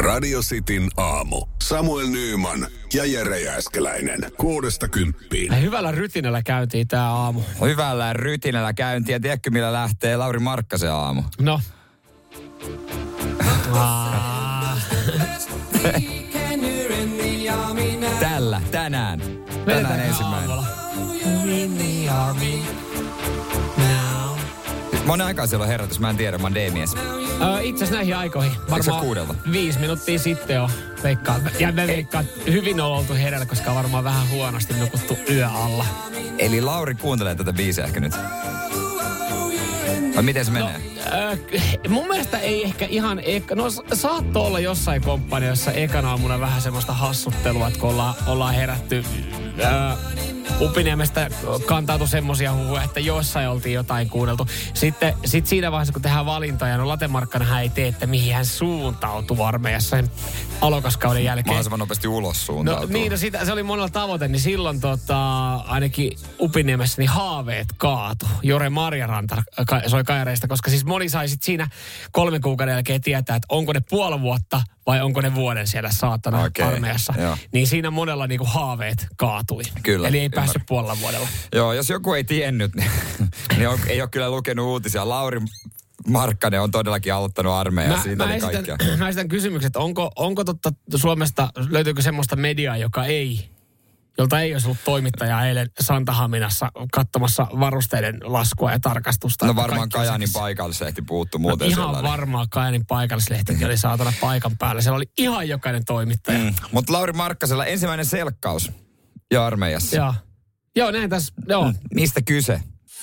Radio Cityn aamu. Samuel Nyyman ja Jere Jääskeläinen. 6–10. Hyvällä rytinällä käyntiin tää aamu. Hyvällä rytinällä käyntiin. Ja tiedätkö, millä lähtee Lauri Markkasen aamu? No. Tänään ensimmäinen. Monen aikaa siellä on herätys, mä en tiedä, mä oon D-mies. Itse asiassa näihin aikoihin. Varmaan 5 minuuttia sitten jo veikkaan. Ja me veikkaan, hyvin on oltu herällä, koska on varmaan vähän huonosti nukuttu yö alla. Eli Lauri kuuntelee tätä biisiä ehkä nyt. Vai miten se menee? Mun mielestä ei ehkä ihan... saattoi olla jossain komppaniassa ekana aamuna vähän semmoista hassuttelua, että kun ollaan herätty... Upiniemestä kantautui semmoisia huhuja, että jossain oltiin jotain kuunneltu. Sitten siinä vaiheessa, kun tehdään valintoja, no Latte Markkanenhan ei tee, että mihin hän suuntautui armeijassa sen alokaskauden jälkeen. Mahdollisimman nopeasti ulos suuntautuu. Se oli monella tavoite, niin silloin ainakin Upiniemessä niin haaveet kaatu. Jore Marjaranta soi kajareista, koska siis moni sai sit siinä 3 kuukauden jälkeen tietää, että onko ne puoli vuotta vai onko ne vuoden siellä saatana armeijassa. Joo. Niin siinä monella niinku haaveet kaatui. Kyllä. Eli ei päässyt puolella vuodella. Joo, jos joku ei tiennyt, niin ei ole kyllä lukenut uutisia. Lauri Markkanen on todellakin aloittanut armeijaa. Mä esitän kysymykset, onko totta Suomesta, löytyykö semmoista mediaa, jolta ei olisi ollut toimittajaa eilen Santahaminassa katsomassa varusteiden laskua ja tarkastusta. No varmaan Kajaanin paikallislehti puuttu muuten ihan sellainen. Varmaan Kajaanin paikallislehtikin oli saatana paikan päällä. Siellä oli ihan jokainen toimittaja. Mutta Lauri Markkasella ensimmäinen selkkaus ja armeijassa. Joo, näin tässä, joo. Mistä kyse?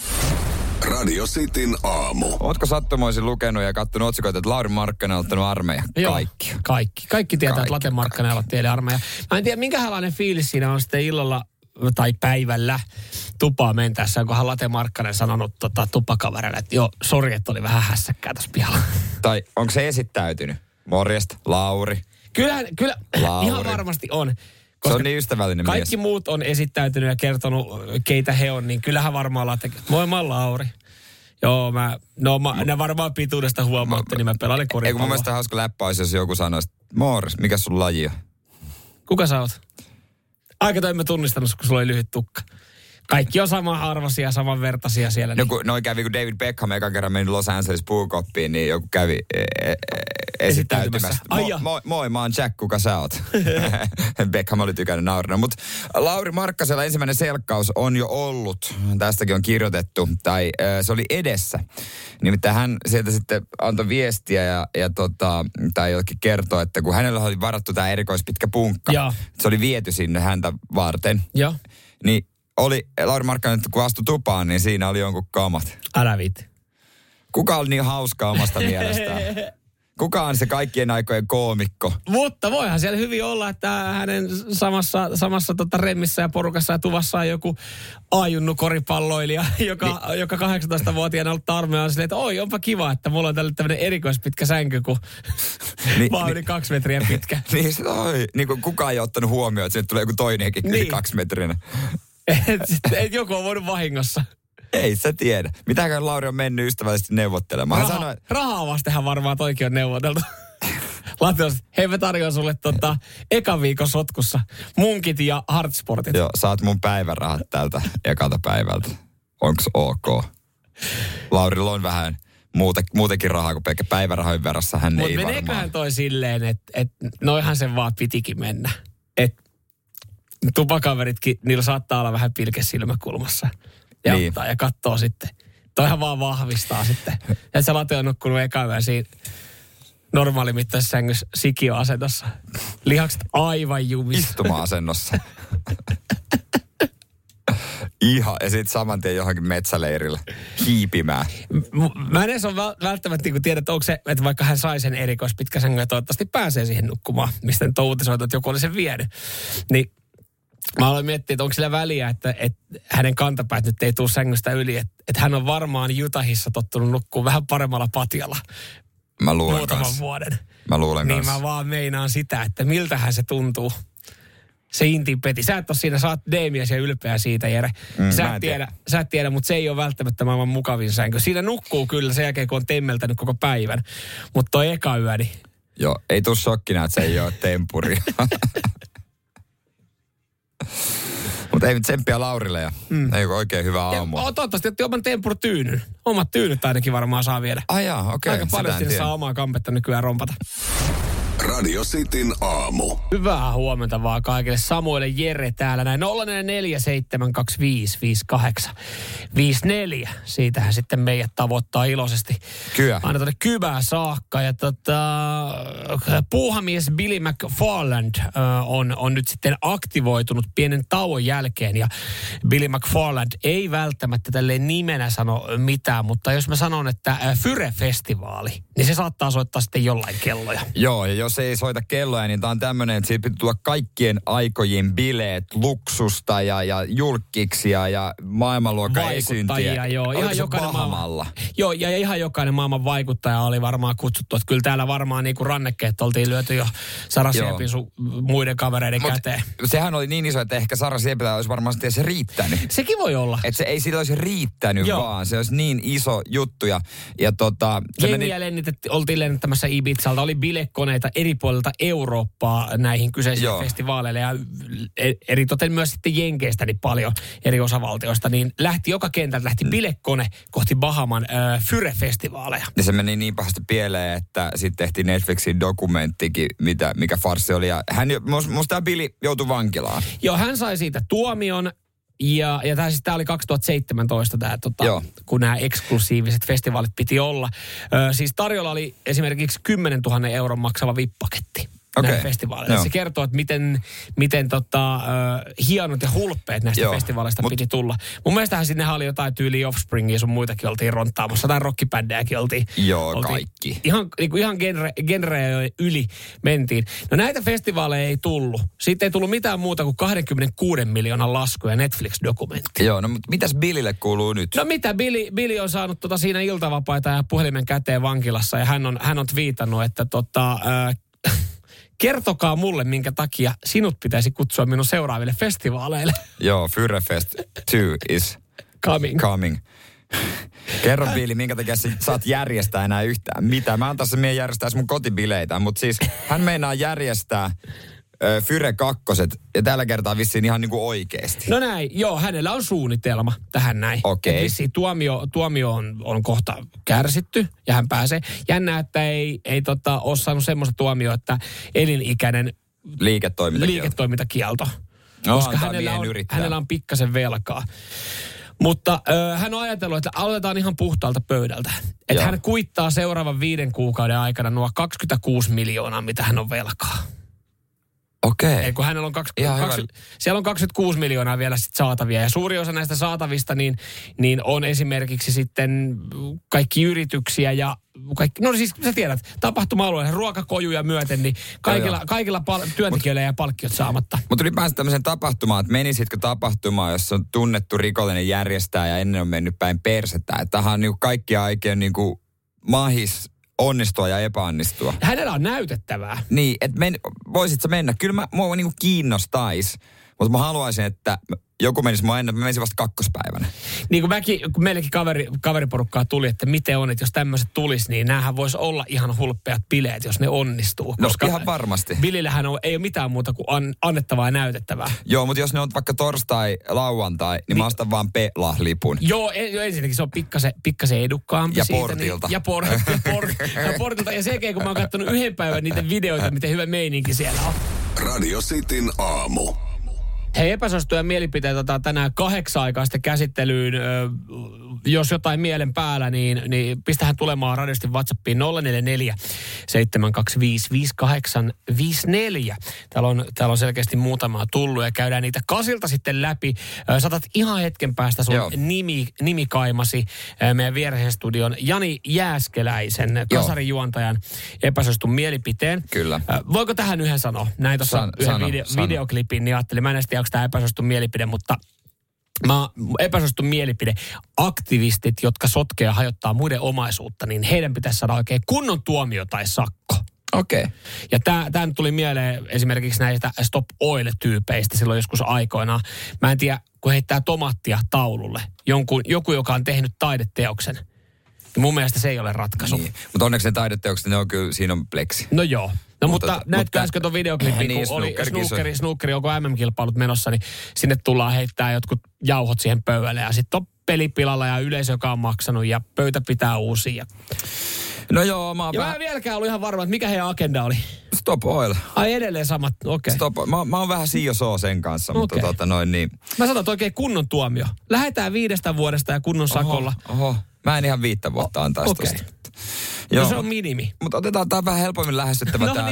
Radio Cityn aamu. Ootko sattumoisin lukenut ja kattonut otsikoita, että Lauri Markkanen on ottanut armeija? Kaikki tietää, että Latte Markkanen aloitti eilen armeija. Mä en tiedä, minkälainen fiilis siinä on sitten illalla tai päivällä tupaa mentäessä, onkohan Latte Markkanen sanonut tupakaverille, että joo, sori, että oli vähän hässäkkää tässä pihalla. Tai onko se esittäytynyt? Morjesta, Lauri. Kyllä, Lauri. Ihan varmasti on. Se on niin ystävällinen mies. Kaikki muut on esittäytynyt ja kertonut, keitä he on, niin kyllähän varmaan Latte. Moi, mä oon Lauri. Joo, ne varmaan pituudesta huomaatte, niin mä pelailen koripalloa. Eikö mun mielestä hauska läppä olisi, jos joku sanoisi, Morris, mikä sun laji on? Kuka sä oot? Aika en mä tunnistanut, kun sulla oli lyhyt tukka. Kaikki on samanarvoisia, samanvertaisia siellä. Niin. Noi kävi, kun David Beckham ekan kerran meni Los Angeles puukoppiin, niin joku kävi esittäytymässä. Moi, mä oon Jack, kuka sä oot? Beckham oli tykännyt naurina. Mutta Lauri Markkasella ensimmäinen selkkaus on jo ollut. Tästäkin on kirjoitettu, tai se oli edessä. Nimittäin hän sieltä sitten antoi viestiä tai jollekin kertoi, että kun hänellä oli varattu tämä erikoispitkä punkka. Se oli viety sinne häntä varten. Joo. Niin oli Lauri Markkanen, kun astui tupaan, niin siinä oli jonkun kamat. Älä viitti. Kuka oli niin hauska omasta mielestään? Kuka on se kaikkien aikojen koomikko? Mutta voihan siellä hyvin olla, että hänen samassa remmissä ja porukassa ja tuvassa on joku ajunnu koripalloilija, joka 18-vuotiaana ollut armeijaan silleen, että oi, onpa kiva, että mulla on tämmöinen erikoispitkä sänky, kun mä oon yli 2 metriä pitkä. Niin kuin kukaan ei ottanut huomioon, että sinne tulee joku toinenkin yli 2 metrinen. Joku on voinut vahingossa. Ei sä tiedä. Mitäkään Lauri on mennyt ystävällisesti neuvottelemaan? Rahaa vastenhan varmaan toikin on neuvoteltu. Latte on, hei mä tarjoan sulle ekan viikon sotkussa munkit ja hardsportit. Joo, saat mun päivärahat tältä ekalta päivältä. Onks ok? Laurilla on vähän muutenkin rahaa kuin pelkkä päivärahojen verrassa. Hän ei varmaan. Mutta meneeköhän toi silleen, että noihan sen vaan pitikin mennä. Että tupakaveritkin, niillä saattaa olla vähän pilke silmäkulmassa. Ja katsoo sitten. Toihan vaan vahvistaa sitten. Ja se Latte on nukkunut ekaan siinä normaalimittaisessa sängyssä sikio-asennossa. Lihakset aivan jumissa. Istuma-asennossa. Ihan. Ja sitten saman tien johonkin metsäleirille hiipimään. Mä en edes ole välttämättä tiedä, että onko se, että vaikka hän sai sen erikoispitkäsängyn ja toivottavasti pääsee siihen nukkumaan, mistä nyt on uutisoitu, että joku oli sen vienyt. Niin mä aloin miettiä, että onko sillä väliä, että hänen kantapäät nyt ei tule sängystä yli. Että hän on varmaan Utahissa tottunut nukkua vähän paremmalla patjalla. Mä luulen muutaman vuoden. Mä luulen niin mä vaan meinaan sitä, että miltähän se tuntuu. Se intipeti. Sä et ole siinä, sä oot D-mies ja ylpeä siitä, Jere. Sä et tiedä, mutta se ei ole välttämättä maailman mukavin sänky. Siinä nukkuu kyllä sen jälkeen, kun on temmeltänyt koko päivän. Mutta toi eka yö, niin Joo, ei tuu shokkina, että se ei ole tempuri. Mutta ei nyt tsemppiä Laurille ja ei ole oikein hyvä aamua. Toivottavasti, että oman tempurtyynyn. Omat tyynyt ainakin varmaan saa viedä. Okei. Aika paljon sinne saa omaa kampetta nykyään rompata. Radio Cityn aamu. Hyvää huomenta vaan kaikille. Samuel ja Jere täällä näin. 044755854. Siitähän sitten meidät tavoittaa iloisesti. Kyllä. Aina tuonne Kybään saakka. Ja puuhamies Billy McFarland on nyt sitten aktivoitunut pienen tauon jälkeen. Ja Billy McFarland ei välttämättä tälleen nimenä sano mitään, mutta jos mä sanon, että Fyre-festivaali, niin se saattaa soittaa sitten jollain kelloja. Joo, ja jos ei soita kelloja, niin tää on tämmönen, että siitä pitää tulla kaikkien aikojen bileet, luksusta ja julkkiksia ja maailmanluokan esiintiä. Joo. Ihan jokainen Bahamalla? Joo, ja ihan jokainen maailman vaikuttaja oli varmaan kutsuttu. Että kyllä täällä varmaan niinku rannekkeet oltiin lyöty jo Sara Siepin muiden kavereiden käteen. Sehän oli niin iso, että ehkä Sara Siepillä olisi varmaan se riittänyt. Sekin voi olla. Että se ei sillä olisi riittänyt vaan. Se olisi niin iso juttu. Jengiä oltiin lennettämässä Ibizalta. Oli bilekoneita eri puolilta Eurooppaa näihin kyseisiin festivaaleille ja eritoten myös sitten Jenkeistä niin paljon eri osavaltioista, niin joka kentältä lähti bilekone kohti Bahaman Fyre-festivaaleja. Ja se meni niin pahasti pieleen, että sitten tehtiin Netflixin dokumenttikin, mikä farssi oli. Ja musta Billy joutui vankilaan. Joo, hän sai siitä tuomion. Ja tämä oli 2017, kun nämä eksklusiiviset festivaalit piti olla. Siis tarjolla oli esimerkiksi 10 000 euron maksava VIP-paketti. Näihin festivaaleille. Se kertoo, että miten hienot ja hulppeet näistä festivaaleista piti tulla. Mun mielestähän sinnehän oli jotain tyyliä Offspringia, sun muitakin oltiin ronttaamassa. Tai rockibändejäkin oltiin. Joo, kaikki. Ihan genreja yli mentiin. No näitä festivaaleja ei tullut. Siitä ei tullut mitään muuta kuin 26 miljoonan lasku ja Netflix-dokumentti. Joo, no mutta mitäs Billille kuuluu nyt? No mitä, Billy on saanut siinä iltavapaita ja puhelimen käteen vankilassa. Ja hän on twiitannut, että kertokaa mulle, minkä takia sinut pitäisi kutsua minun seuraaville festivaaleille. Joo, Fyrefest 2 is coming. Kerro Billy, minkä takia sä saat järjestää enää yhtään mitä. Mä antaisin meidän järjestäisi mun kotibileitä, mutta siis hän meinaa järjestää Fyre 2 ja tällä kertaa vissiin ihan niinku oikeesti. No näin, joo, hänellä on suunnitelma tähän näin. Okei. Vissiin tuomio on kohta kärsitty ja hän pääsee. Jännää, että ei ole saanut semmoista tuomioa, että elinikäinen liiketoimintakielto. No, koska hänellä on pikkasen velkaa. Mutta hän on ajatellut, että aloitetaan ihan puhtaalta pöydältä. Että hän kuittaa seuraavan 5 kuukauden aikana nuo 26 miljoonaa, mitä hän on velkaa. Okei. Ei, kun hänellä on siellä on 26 miljoonaa vielä sit saatavia. Ja suuri osa näistä saatavista niin on esimerkiksi sitten kaikki yrityksiä ja kaikki, no siis sä tiedät, tapahtuma-alueella ruokakojuja myöten, niin kaikilla työntekijöillä jää palkkiot saamatta. Mutta ylipäänsä tämmöisen tapahtumaan, että menisitkö tapahtumaan, jos on tunnettu rikollinen järjestää ja ennen on mennyt päin persettä. Että tämähän on niinku kaikkia oikein niinku mahis onnistua ja epäonnistua. Hänellä on näytettävää. Niin, että voisit sä mennä? Kyllä mua niinku kiinnostais, mutta mä haluaisin, että joku menisi mua ennen, mä menisin vasta 2. päivänä. Niin kun meillekin kaveriporukkaa tuli, että miten on, että jos tämmöiset tulisi, niin näähän voisi olla ihan hulppeat bileet, jos ne onnistuu. No ihan varmasti. Billillähän ei ole mitään muuta kuin annettavaa ja näytettävää. Joo, mutta jos ne on vaikka torstai, lauantai, niin mä ostan vaan Pela-lipun. Joo, ensinnäkin se on pikkasen edukkaampi ja siitä. Portilta. Ja Portilta. Ja sekin, kun mä oon katsonut 1 päivän niitä videoita, miten hyvä meininki siellä on. Radio Cityn aamu. Hei, epäsuosittuja mielipiteitä otetaan tänään 8 aikaa sitten käsittelyyn. Jos jotain mielen päällä, niin pistähän tulemaan radiosti WhatsAppiin 044 725 5854. Täällä on selkeästi muutamaa tullut ja käydään niitä kasilta sitten läpi. Saatat ihan hetken päästä sun nimikaimasi meidän viereen studion Jani Jääskeläisen, kasarijuontajan epäsuositun mielipiteen. Kyllä. Voiko tähän yhden sanoa? Näin tuossa videoklipin, niin ajattelin, mä en tiedä, onko tämä epäsuosittu mielipide, mutta epäsuosittu mielipide. Aktivistit, jotka sotkee ja hajottaa muiden omaisuutta, niin heidän pitäisi saada oikein kunnon tuomio tai sakko. Okei. Okay. Ja tämä tuli mieleen esimerkiksi näistä Stop Oil-tyypeistä silloin joskus aikoinaan. Mä en tiedä, kun heittää tomaattia taululle. Joku, joka on tehnyt taideteoksen. Mun mielestä se ei ole ratkaisu. Niin. Mutta onneksi ne taideteokset, ne on kyllä, siinä on pleksi. No joo. No mutta näetkö äsken tuon videoklipin, kun oli snookeri, onko MM-kilpailut menossa, niin sinne tullaan heittää jotkut jauhot siihen pöydälle ja sitten on pelipilalla ja yleisö, joka on maksanut ja pöytä pitää uusia. No joo, mä en vieläkään ollut ihan varma, että mikä heidän agenda oli. Stop Oil. Ai edelleen samat, okei. Okay. Mä oon vähän siio sen kanssa, mutta niin. Mä sanon, että oikein kunnon tuomio. Lähetään 5 vuodesta ja kunnon sakolla. Oho. Mä en ihan 5 vuotta antaisi tosta. No se on minimi. Mutta otetaan tää vähän helpommin lähestyttävä tää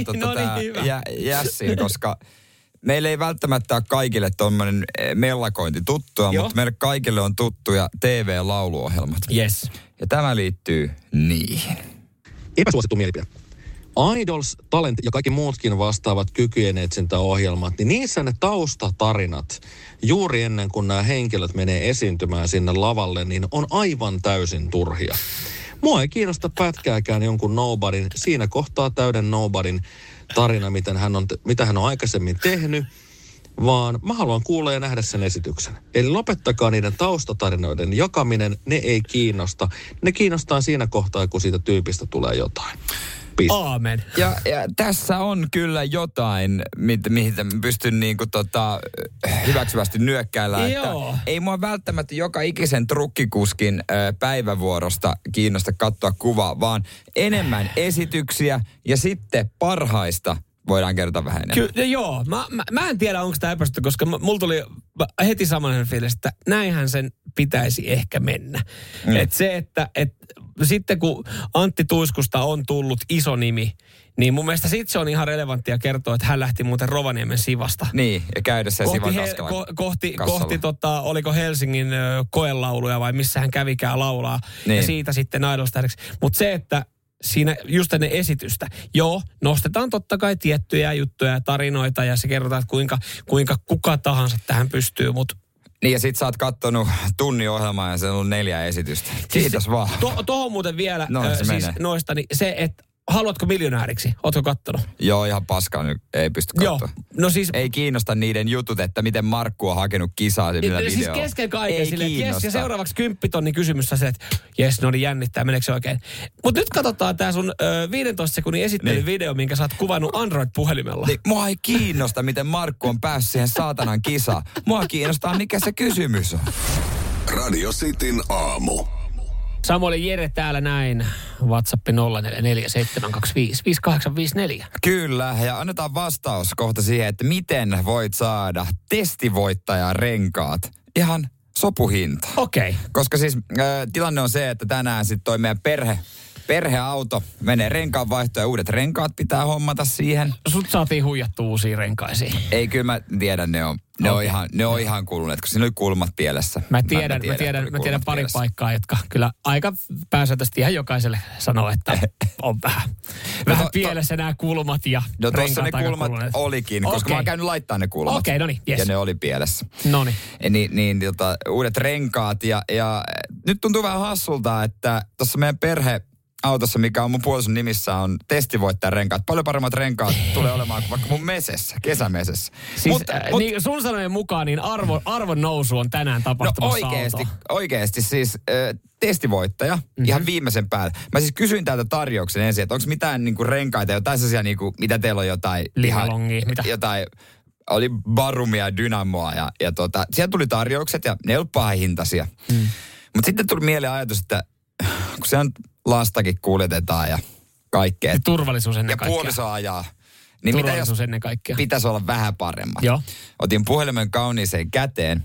Jässin, koska meillä ei välttämättä ole kaikille tommonen mellakointi tuttua, mutta meille kaikille on tuttuja TV-lauluohjelmat. Yes. Ja tämä liittyy niihin. Epäsuosittu mielipide. Idols, Talent ja kaikki muutkin vastaavat kykyjen etsintäohjelmat, niin niissä ne taustatarinat juuri ennen kuin nämä henkilöt menee esiintymään sinne lavalle, niin on aivan täysin turhia. Mua ei kiinnosta pätkääkään jonkun nobodyn, siinä kohtaa täyden nobodyn tarina, mitä hän on aikaisemmin tehnyt, vaan mä haluan kuulla ja nähdä sen esityksen. Eli lopettakaa niiden taustatarinoiden jakaminen, ne ei kiinnosta. Ne kiinnostaa siinä kohtaa, kun siitä tyypistä tulee jotain. Aamen. Ja tässä on kyllä jotain, mihin pystyn hyväksyvästi nyökkäillä. Että ei mua välttämättä joka ikisen trukkikuskin päivävuorosta kiinnosta katsoa kuvaa, vaan enemmän esityksiä ja sitten parhaista voidaan kertoa vähän enemmän. Joo, mä en tiedä, onko tämä epäsuosittu, koska mulla tuli heti samainen fiilis, että näinhän sen pitäisi ehkä mennä. Että se, että sitten kun Antti Tuiskusta on tullut iso nimi, niin mun mielestä sit se on ihan relevanttia kertoa, että hän lähti muuten Rovaniemen Sivasta. Niin, ja käydä sen Sivan kohti oliko Helsingin koelauluja vai missä hän kävikään laulaa. Niin. Ja siitä sitten Idols-tähdeksi. Mutta se, että siinä just ennen esitystä, nostetaan totta kai tiettyjä juttuja ja tarinoita ja se kerrotaan, että kuinka kuka tahansa tähän pystyy, mutta niin ja sit sä oot kattonut tunnin ohjelmaa ja se on ollut 4 esitystä. Kiitos vaan. Tohon muuten vielä noista, niin se, että haluatko miljonääriksi? Ootko kattonut? Joo, ihan paskaa nyt ei pysty katsoa. No siis ei kiinnosta niiden jutut, että miten Markku on hakenut kisaa millä videolla. Siis kesken kaiken silleen, ja seuraavaksi 10 000 kysymys se, että jes, no niin jännittää, meneekö se oikein? Mutta nyt katsotaan tää sun 15 sekunnin esittelyvideo, minkä sä oot kuvannut Android-puhelimella. Niin, mua ei kiinnosta, miten Markku on päässyt siihen saatanan kisaan. Mua kiinnostaa, mikä se kysymys on. Radio Cityn aamu. Samuel Jere täällä näin. WhatsApp 0447255854. Kyllä, ja annetaan vastaus kohta siihen, että miten voit saada testivoittajarenkaat ihan sopuhinta. Okei. Koska siis tilanne on se, että tänään sitten toi meidän perheauto menee renkaanvaihtoon ja uudet renkaat pitää hommata siihen. Sut saatiin huijattua uusiin renkaisiin. Ei, kyllä mä tiedän, ne on ihan kuluneet, kun siinä oli kulmat pielessä. Mä tiedän pari paikkaa, jotka kyllä aika pääsääntöisesti ihan jokaiselle sanoo, että on vähän pielessä nämä kulmat ja renkaat. No tuossa ne kulmat olikin, koska mä oon käynyt laittaa ne kulmat. Okei, no niin, yes. Ja ne oli pielessä. No niin. Uudet renkaat ja nyt tuntuu vähän hassulta, että tuossa meidän autossa, mikä on mun puolison nimissä, on testivoittajan renkaat. Paljon paremmat renkaat tulee olemaan kuin vaikka mun kesämesessä. Siis, niin sun sanojen mukaan niin arvon nousu on tänään tapahtumassa oikeesti siis testivoittaja ihan viimeisen päälle. Mä siis kysyin täältä tarjouksen ensin, että onko mitään niinku renkaita, jotain sellaisia niinku, mitä teillä on jotain... mitä? Jotain, oli Barumia ja Dynamoa ja sieltä tuli tarjoukset ja ne ei ollut pahahintaisia. Mutta sitten tuli mieleen ajatus, että kun se on lastakin kuljetetaan ja kaikkea. Turvallisuus ennen kaikkea. Ja puoliso ajaa. Niin turvallisuus ennen kaikkea. Pitäisi olla vähän paremmat. Joo. Otin puhelimen kauniiseen käteen.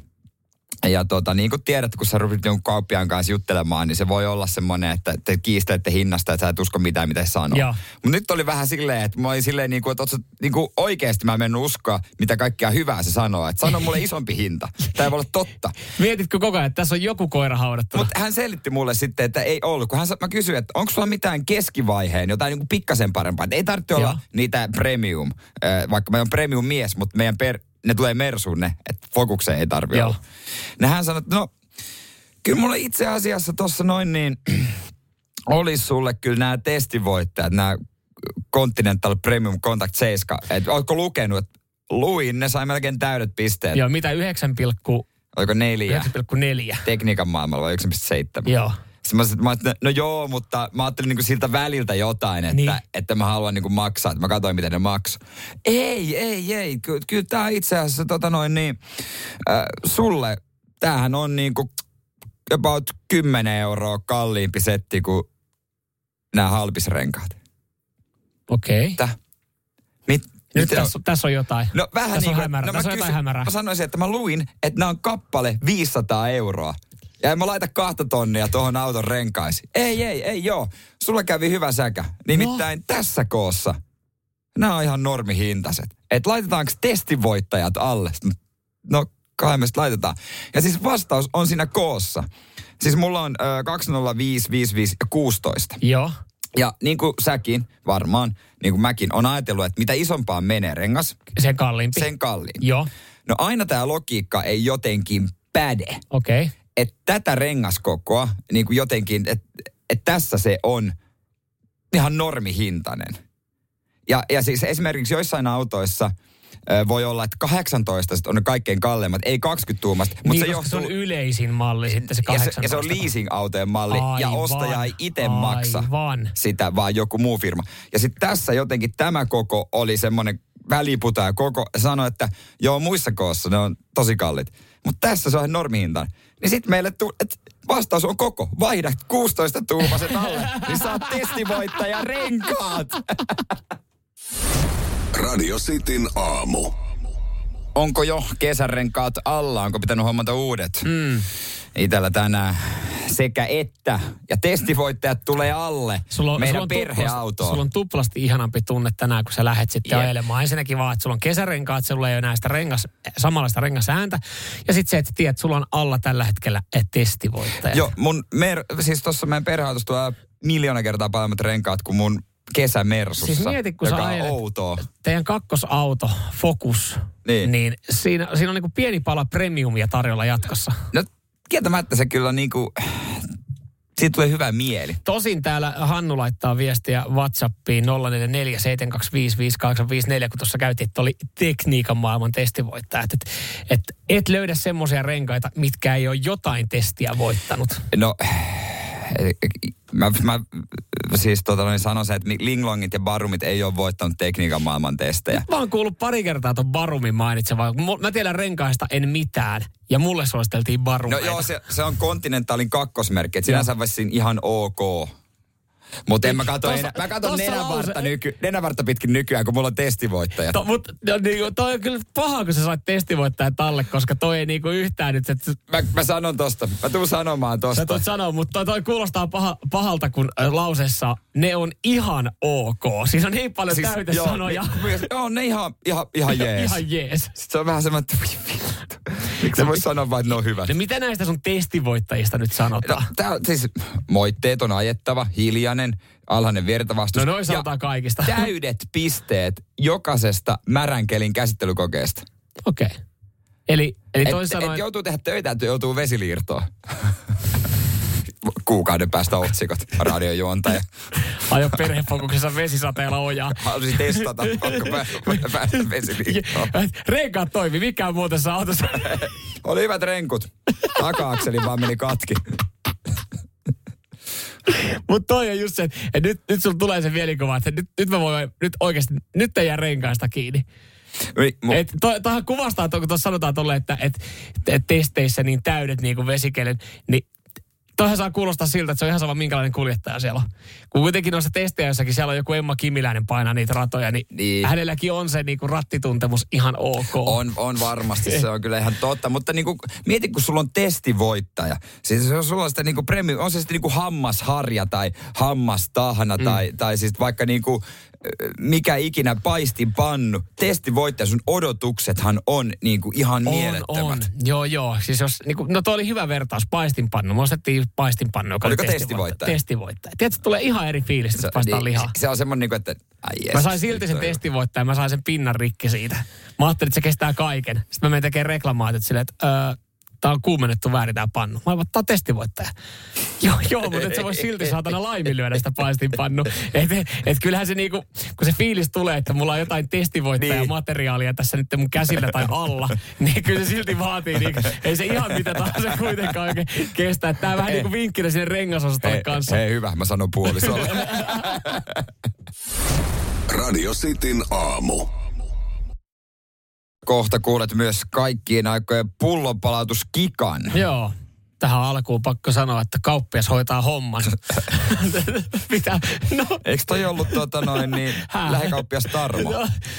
Ja niin kuin tiedät, kun sä rupit jonkun kauppiaan kanssa juttelemaan, niin se voi olla semmoinen, että te kiistelette hinnasta, että sä et usko mitään, mitä se sanoo. Mutta nyt oli vähän silleen, että mä olin silleen, että oikeasti mä en mennyt uskoa, mitä kaikkea hyvää se sanoo. Että sano mulle isompi hinta. Tämä ei voi olla totta. Mietitkö koko ajan, että tässä on joku koira haudattuna? Mutta hän selitti mulle sitten, että ei ollut. Kun mä kysyin, että onko sulla mitään keskivaiheen, jotain niin kuin pikkasen parempaa. Että ei tarvitse olla niitä premium, vaikka mä oon premium mies, mutta meidän ne tulee Mersuun että Focukseen ei tarvitse olla. Hän sanoi, että no, kyllä mulle itse asiassa tuossa noin niin, olisi sulle kyllä nämä testivoittajat, nämä Continental Premium Contact 7. Että ootko lukenut, että luin, ne sai melkein täydet pisteet. Joo, mitä 9,4? Oliko 4? 9,4. Tekniikan maailmalla vai 1,7? Joo. Sitten mä ajattelin, no joo, mutta mä ajattelin niinku siltä väliltä jotain, että mä haluan niinku maksaa. Että mä katsoin, miten ne maksaa. Ei. Kyllä tää itse asiassa sulle, tämähän on niinku about 10 euroa kalliimpi setti kuin nämä halpisrenkaat. Okei. Nyt tässä on jotain. No vähän tässä niin on hämärää. Tässä on jotain hämärää. Mä sanoisin, että mä luin, että nämä on kappale 500 euroa. Ja en mä laita 2 tonnia tuohon auton renkaisiin. Ei joo. Sulla kävi hyvä säkä. Nimittäin tässä koossa. Nämä on ihan normihintaiset. Että laitetaanko testivoittajat alle? No kai me laitetaan. Ja siis vastaus on siinä koossa. Siis mulla on 205, 55 ja 16. Joo. Ja niin kuin säkin varmaan, niin kuin mäkin, on ajatellut, että mitä isompaan menee rengas. Sen kalliimpi. Sen kalliin. Joo. No aina tämä logiikka ei jotenkin päde. Okei. Okay. Että tätä rengaskokoa, niin kuin jotenkin, että tässä se on ihan normihintainen. Ja siis esimerkiksi joissain autoissa voi olla, että 18 on ne kaikkein kalleimmat, ei 20-tuumasta. Mutta se on yleisin malli sitten se 18. Ja se on leasing-autojen malli. Aivan, ja ostaja ei itse maksa sitä, vaan joku muu firma. Ja sitten tässä jotenkin tämä koko oli semmoinen väliputa koko. Sanoi, että joo, muissa koossa ne on tosi kallit. Mutta tässä se on normihintainen. Niin sitten meille vastaus on koko. Vaihda 16-tuumaset alle, niin saat testivoittaja renkaat. Radio Cityn aamu. Onko jo kesärenkaat alla? Onko pitänyt hommata uudet? Itellä tänään sekä että. Ja testivoittajat tulee alle meidän perheautoon. Sulla on tuplasti ihanampi tunne tänään, kun sä lähdet sitten ajelemaan. Ensinnäkin vaan, että sulla on kesärenkaat, sulla ei ole näistä samanlaista rengasääntä. Ja sitten se, että tiedät, että sulla on alla tällä hetkellä testivoittajat. Joo, siis tuossa meidän perheautossa tulee 1,000,000 kertaa paremmat renkaat kuin mun kesämersussa, siis mieti, kun joka sä ajelet outoa. Teidän kakkosauto, Focus, niin siinä on niinku pieni pala premiumia tarjolla jatkossa. No kieltämättä se kyllä niinku, siitä tulee hyvä mieli. Tosin täällä Hannu laittaa viestiä WhatsAppiin 044-725-5854, kun tuossa käytiin, että oli tekniikan maailman testivoittaja. Että et löydä semmoisia renkaita, mitkä ei ole jotain testiä voittanut. No mä siis sanoisin, että Linglongit ja Barumit ei ole voittanut tekniikan maailman testejä. Mä oon kuullut pari kertaa ton Barumin mainitsevan. Mä tiedän renkaista en mitään. Ja mulle suositeltiin Barumeita. No joo, se on Continentalin kakkosmerkki. Sinänsä vissiin ihan ok. Mutta en mä katso nenävartta pitkin nykyään, kun mulla on testivoittajat. Toi on kyllä paha, kun sä sait testivoittajat alle, koska toi ei niinku yhtään nyt. Mä sanon tosta. Mä tuun sanomaan tosta. Sä tulet sanoa, mutta toi kuulostaa pahalta, kun lauseessa ne on ihan ok. Siinä on niin paljon täytesanoja. Joo, ne ihan jees. Ihan jees. Sitten se on vähän semmoinen, miksi sä vois sanoa vaan, että ne on hyvät. No mitä näistä sun testivoittajista nyt sanotaan? No, siis moitteet on ajettava, hiljainen, alhainen virtavastus. No noin sanotaan kaikista. Täydet pisteet jokaisesta märänkelin käsittelykokeesta. Okei. Eli toisin sanoen... Et joutuu tehdä töitä, että joutuu vesiliirtoon. Kuukauden päästä otsikot, radiojuontaja. Ajo perhefokuksessa vesisateella ojaa. Haluaisin testata, onko päästä vesiliirtoon. Renkaat toimi, mikä on muuten se autossa? Oli hyvät renkut. Taka-akseli vaan meni katki. Mutta toi on just se, että nyt sulla tulee se mielikuva, että nyt oikeasti, nyt ei jää renkaista kiinni. Toihan kuvastaa, kun tuossa sanotaan tolle, että testeissä niin täydet niin kuin vesikelet, niin toihan saa kuulostaa siltä, että se on ihan sama minkälainen kuljettaja siellä on. Kun kuitenkin noissa testejä jossakin siellä on joku Emma Kimiläinen painaa niitä ratoja, niin hänelläkin on se niinku rattituntemus ihan ok. On varmasti, se on kyllä ihan totta. Mutta niinku, mieti, kun sulla on testivoittaja. Siis jos sulla on sitä niinku premium, on se sitten niinku hammasharja tai hammastahna tai siis vaikka niinku mikä ikinä paistinpannu. Testivoittaja, sun odotuksethan on niinku ihan mielettömät. Joo. Siis jos, niinku, no toi oli hyvä vertaus, paistinpannu. Me ostettiin paistinpannu, joka oliko oli testivoittaja. Tiedätkö, tulee ihan eri fiilis, että paistaa lihaa. Se on semmoinen, että mä sain silti sen testivoittajan, mä sain sen pinnan rikki siitä. Mä ajattelin, että se kestää kaiken. Sitten mä menen tekemään reklamaatiot silleen, että tää on kuumennettu väärin tää pannu. Mä olin, tää on testivoittaja. Joo, mutta et sä voi silti saatana laiminlyödä sitä paistinpannu. Et kyllähän se niinku, kun se fiilis tulee, että mulla on jotain testivoittajamateriaalia tässä nyt mun käsillä tai alla, niin kyllä se silti vaatii niinku, ei se ihan mitä tahansa kuitenkaan oikein kestä. Että tää vähän niinku vinkkinä sinne rengasosastolle kanssa. Hei, hyvä, mä sanon puolisolle. Radio Cityn aamu. Kohta kuulet myös kaikkien aikojen pullonpalautuskikan. Joo. Tähän alkuun pakko sanoa, että kauppias hoitaa homman. Mitä? No. Eikö toi ollut lähikauppias Tarmo?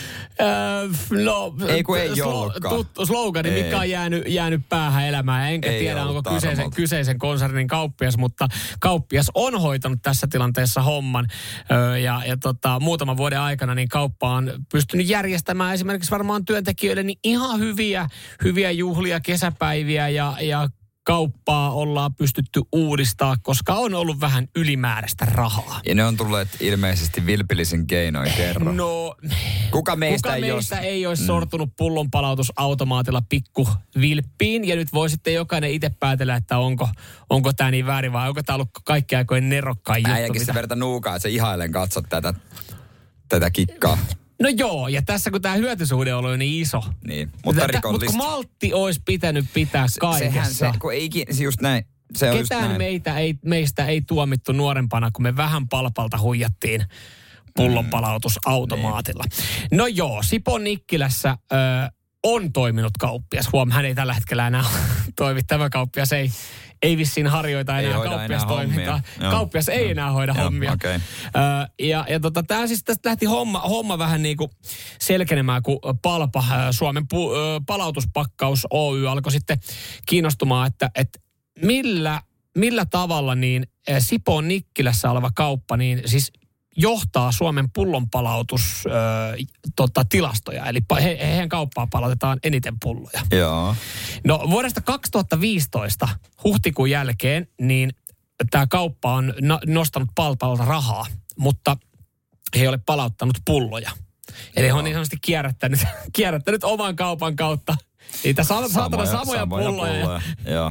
Ei kun ei ollutkaan. Tuttu slogani, mikä on jäänyt päähän elämään. Enkä ei tiedä, onko kyseisen konsernin kauppias, mutta kauppias on hoitanut tässä tilanteessa homman. Muutaman vuoden aikana niin kauppa on pystynyt järjestämään esimerkiksi varmaan työntekijöille niin ihan hyviä juhlia, kesäpäiviä ja kauppaa ollaan pystytty uudistaa, koska on ollut vähän ylimääräistä rahaa. Ja ne on tulleet ilmeisesti vilpillisin keinoin kerran. No, kuka meistä ei olisi sortunut pullonpalautusautomaatilla pikku vilppiin. Ja nyt voi sitten jokainen itse päätellä, että onko tämä niin väärin vai onko tämä ollut kaikki aikojen nerokkain juttu. Äijäkin se verta nuukaa, että se ihailen katsot tätä kikkaa. No joo, ja tässä kun tämä hyötysuhde on ollut niin iso. Niin, mutta rikollista. Mutta kun maltti olisi pitänyt pitää kaikessa. Sehän se, kun ei just näin. Se on ketään just näin. meistä ei tuomittu nuorempana, kun me vähän palpalta huijattiin pullonpalautusautomaatilla. No joo, Sipon Nikkilässä on toiminut kauppias. Hän ei tällä hetkellä enää toimi. Tämä kauppias ei vissiin harjoita enää kauppiastoimintaa. Kauppias ei enää hoida hommia. Okay. Tämä siis tästä lähti homma vähän niin kuin selkenemään, kun Palpa, Suomen palautuspakkaus Oy alkoi sitten kiinnostumaan, että millä tavalla niin Sipon Nikkilässä oleva kauppa, niin siis johtaa Suomen pullonpalautustilastoja. Eli heidän kauppaan palautetaan eniten pulloja. Joo. No vuodesta 2015 huhtikuun jälkeen, niin tämä kauppa on nostanut Palpalta rahaa, mutta he ei ole palauttanut pulloja. Eli he on niin sanotusti kierrättänyt oman kaupan kautta niitä samoja pulloja. Joo.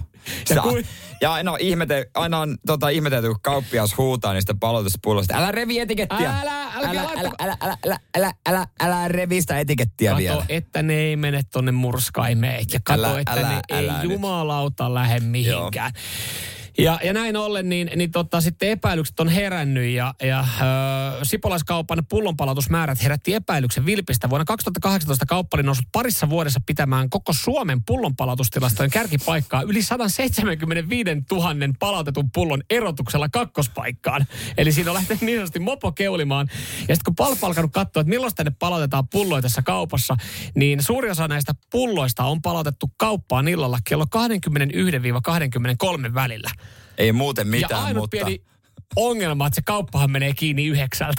Aina on ihmetelty, kun kauppias huutaa niistä palautuspulloista. Älä revi etikettiä. Älä revi sitä etikettiä vielä. Kato, että ne ei mene tonne murskaimeen. Ja kato, että ne ei jumalauta lähde mihinkään. Ja näin ollen, niin sitten epäilykset on herännyt ja sipolaiskaupan pullonpalautusmäärät herätti epäilyksen vilpistä. Vuonna 2018 kauppa oli noussut parissa vuodessa pitämään koko Suomen pullonpalautustilastojen kärkipaikkaa yli 175 000 palautetun pullon erotuksella kakkospaikkaan. Eli siinä on lähtenyt niin sanotusti mopo keulimaan. Ja sitten kun Palpa alkanut katsoa, että milloin tänne palautetaan pulloja tässä kaupassa, niin suuri osa näistä pulloista on palautettu kauppaan illalla kello 21-23 välillä. Ei muuten mitään, ja ainut mutta pieni ongelma, että se kauppahan menee kiinni 9.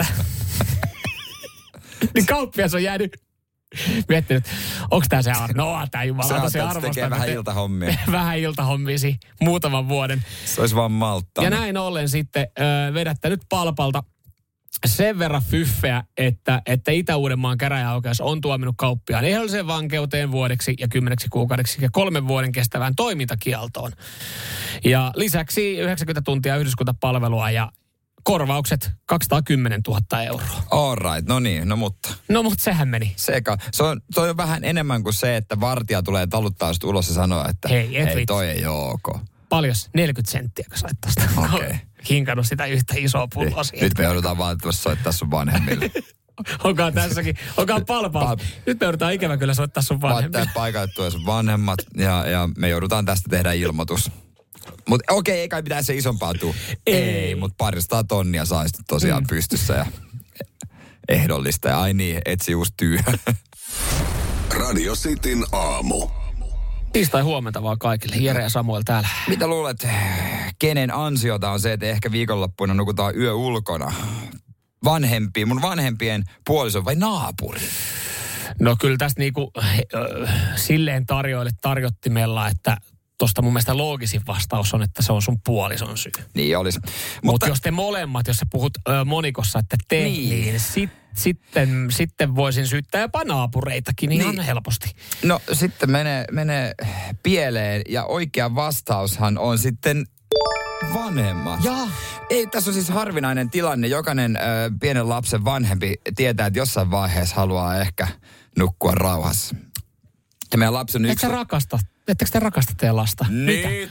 Niin kauppias on jäänyt miettinyt, onko tämä se arvo? No, tämä jumalauta se arvostaa. Tekee vähän iltahommia. Vähän iltahommisi muutaman vuoden. Se olisi vaan malttanut. Ja näin ollen sitten vedättänyt Palpalta sen verran fyffeä, että Itä-Uudenmaan käräjäoikeus on tuominut kauppiaan ehdolliseen vankeuteen vuodeksi ja 10 kuukaudeksi ja 3 vuoden kestävään toimintakieltoon. Ja lisäksi 90 tuntia yhdyskuntapalvelua ja korvaukset 210 000 euroa. All right, no niin, mutta. No mutta sehän meni. Toi on vähän enemmän kuin se, että vartija tulee taluttaa ulos ja sanoo, että hei toi ei ole ok. Paljos 40 senttiä, kun sait tosta. Okei. Hinkannut sitä yhtä isoa pulloa. Nyt me joudutaan valitettavasti soittaa sun vanhemmille. Onkaan tässäkin. Onkaan Palpaa. Nyt me joudutaan ikävä kyllä soittaa sun vanhemmille. Laittaa paikalle tuo sun vanhemmat ja me joudutaan tästä tehdä ilmoitus. Mutta okei, ei kai pitää se isompaa tuu. Ei, mutta 200 tonnia saisi tosiaan pystyssä ja ehdollista. Ja ai niin, etsi uusi työ. Radio Cityn aamu. Tiistai huomenta vaan kaikille. Jere ja Samuel täällä. Mitä luulet, kenen ansiota on se, että ehkä viikonloppuina nukutaan yö ulkona? Mun vanhempien puoliso vai naapuri? No kyllä tästä niinku silleen tarjottimella, että tosta mun mielestä loogisin vastaus on, että se on sun puolison syy. Niin olisi. Mutta jos te molemmat, jos sä puhut monikossa, että te, niin sitten voisin syyttää jopa naapureitakin ihan helposti. No sitten menee pieleen ja oikea vastaushan on sitten vanhemmat. Ei, tässä on siis harvinainen tilanne. Jokainen pienen lapsen vanhempi tietää, että jossain vaiheessa haluaa ehkä nukkua rauhassa. Ja meidän lapsi on Ettekö te rakasta teidän lasta? Nyt.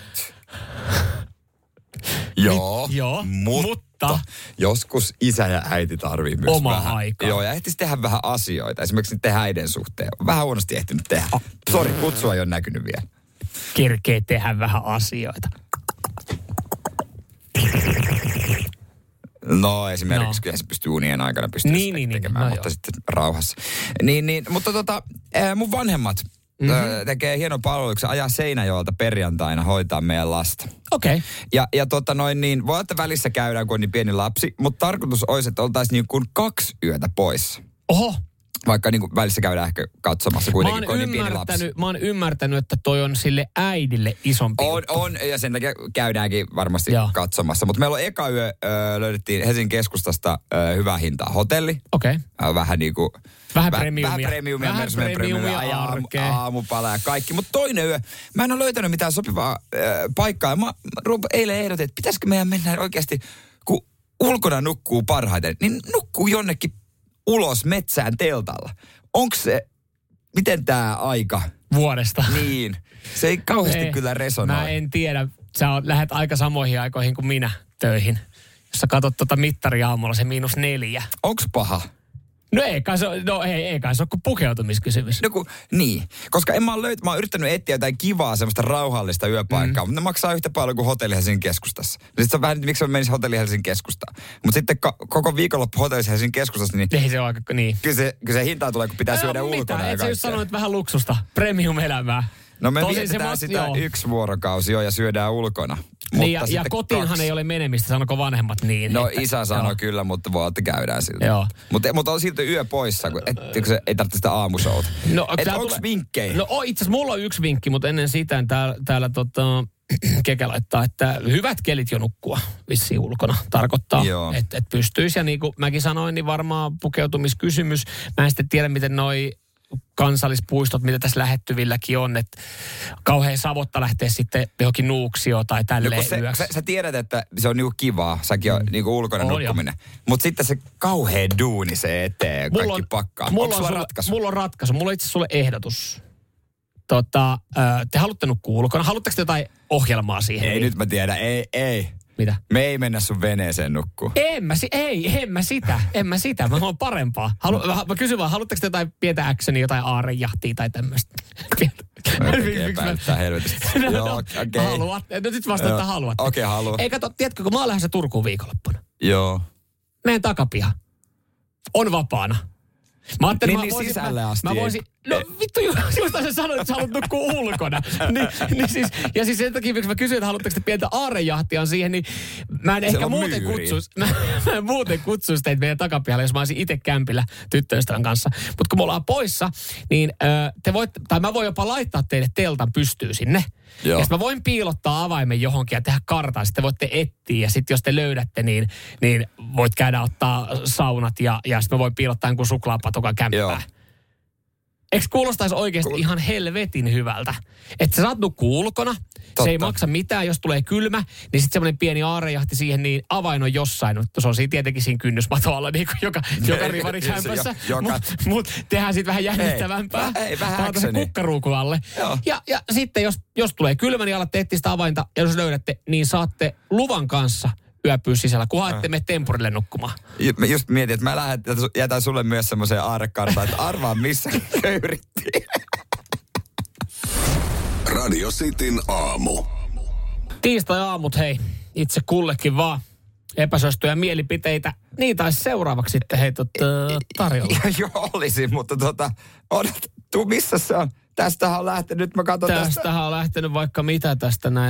Joo, mutta joskus isä ja äiti tarvii myös omaa aikaa. Joo, ja ehtisi tehdä vähän asioita. Esimerkiksi niiden häiden suhteen. Vähän huonosti ehtinyt tehdä. Sori, kutsua ei ole näkynyt vielä. Kerkee tehdä vähän asioita. No esimerkiksi kyllä se pystyy unien aikana tekemään, mutta sitten rauhassa. Mutta mun vanhemmat tekee hienon palveluksen, ajaa Seinäjoelta perjantaina hoitaa meidän lasta. Okei. Ja voi olla, että välissä käydään, kun on niin pieni lapsi, mutta tarkoitus olisi, että oltaisiin niin kuin 2 yötä pois. Oho. Vaikka niin kuin välissä käydään ehkä katsomassa kuitenkin, kun on niin pieni lapsi. Mä oon ymmärtänyt, että toi on sille äidille isompi. On, ja sen takia käydäänkin varmasti katsomassa. Mutta meillä on eka yö, löydettiin Helsingin keskustasta hyvää hintaa hotelli. Okei. Vähän niin kuin Vähän premiumia, aamupala ja kaikki. Mutta toinen yö, mä en ole löytänyt mitään sopivaa paikkaa. Mä eilen ehdotin, että pitäisikö meidän mennä oikeasti, kun ulkona nukkuu parhaiten, niin nukkuu jonnekin ulos metsään teltalla. Onko se, miten tämä aika? Vuodesta. Niin. Se ei kauheasti kyllä resonoi. Mä en tiedä. Sä lähdet aika samoihin aikoihin kuin minä töihin. Jos sä katsot mittaria aamulla, se -4. Onks paha? No ei kai se ole kuin pukeutumiskysymys. Niin, koska mä oon yrittänyt etsiä jotain kivaa, semmoista rauhallista yöpaikkaa, mutta ne maksaa yhtä paljon kuin hotelli Helsingin keskustassa. Sitten se on vähän, miksi mä menisin hotelli Helsingin keskustaan. Mutta sitten koko viikonloppu hotellissa Helsingin keskustassa, niin ei se ole aika, niin. Kyllä se hintaa tulee, kun pitää syödä ulkona. Et sä just sanoit vähän luksusta, premium-elämää. No me vietetään sitä 1 vuorokausi ja syödään ulkona. Niin ja kotiinhan ei ole menemistä, sanoko vanhemmat niin. No isä sanoi kyllä, mutta voi olla, käydään siltä. Joo. Mutta on silti yö poissa, kun ei tarvitse sitä aamushowta. No, onko vinkkejä? No itse asiassa mulla on 1 vinkki, mutta ennen sitä täällä Keke laittaa, että hyvät kelit jo nukkua vissiin ulkona. Tarkoittaa, että pystyisi. Ja niin kuin mäkin sanoin, niin varmaan pukeutumiskysymys. Mä en sitten tiedä, miten noi kansallispuistot, mitä tässä lähettyvilläkin on, että kauhean savotta lähtee sitten johonkin Nuuksioon tai tälleen yöksi. Sä tiedät, että se on niinku kivaa, säkin on niinku ulkona nukkuminen. Mutta sitten se kauhean duuni se eteen, kaikki pakkaa. Onko sulla ratkaisu? Mulla on ratkaisu. Mulla on itse sulle ehdotus. Te haluatte nukkua ulkona. Haluatteko te jotain ohjelmaa siihen? Ei, nyt mä tiedän. Ei. Mitä? Me ei mennä sun veneeseen nukkuu. En mä sitä. Mä haluan parempaa. Mä kysyn vaan, haluatteko te jotain pientä actionia, jotain aarejahtia tai tämmöistä? Päivittää helvetistä. Joo, okei. Haluatte. No sit vasta, että haluatte. Okei, haluan. Ei kato, tiedätkö, kun mä oon lähdössä Turkuun viikonloppuna. Joo. Meidän takapiha on vapaana. Mä ajattelin, niin sisälle asti. Mä voisin, vittu, just sä sanoit, että sä haluat nukkua ulkona. niin siis, ja siis sen takia, kun mä kysyin, että haluatteko te pientä aarejahtia siihen, niin mä en ehkä muuten kutsuisi teitä meidän takapihalle, jos mä olisin itse kämpillä tyttöystävän kanssa. Mutta kun me ollaan poissa, niin mä voin jopa laittaa teille teltan pystyyn sinne. Joo. Ja sitten mä voin piilottaa avaimen johonkin ja tehdä kartan. Sitten voitte etsiä ja sitten jos te löydätte, niin voit käydä ottaa saunat ja sitten mä voin piilottaa jonkun suklaapatukan kämppää. Joo. Eikö kuulostaisi oikeasti ihan helvetin hyvältä? Että sä saat nukkua ulkona, se ei maksa mitään, jos tulee kylmä, niin sitten semmoinen pieni aarejahti siihen, niin avain on jossain. Se on siinä tietenkin siinä kynnysmatoalla, niin kuin joka rivariksi hämpässä. Mutta tehdään siitä vähän jännittävämpää. Vähän se kukkaruukun alle. Ja sitten jos tulee kylmä, niin alatte etsiä sitä avainta, ja jos löydätte, niin saatte luvan kanssa yöpyä sisällä, kunhan ette mene tempurille nukkumaan. Mä just mietin, että mä jätän sulle myös semmoiseen aarekartaan, että arvaa missä köyrittiin. Radio Cityn aamu. Tiistai-aamut, hei. Itse kullekin vaan epäsuosittuja mielipiteitä. Niitä olisi seuraavaksi sitten tarjolla. Joo, olisi, mutta missä se on? Tästähän on lähtenyt, nyt mä katson tästä. Tästähän on lähtenyt vaikka mitä tästä näin.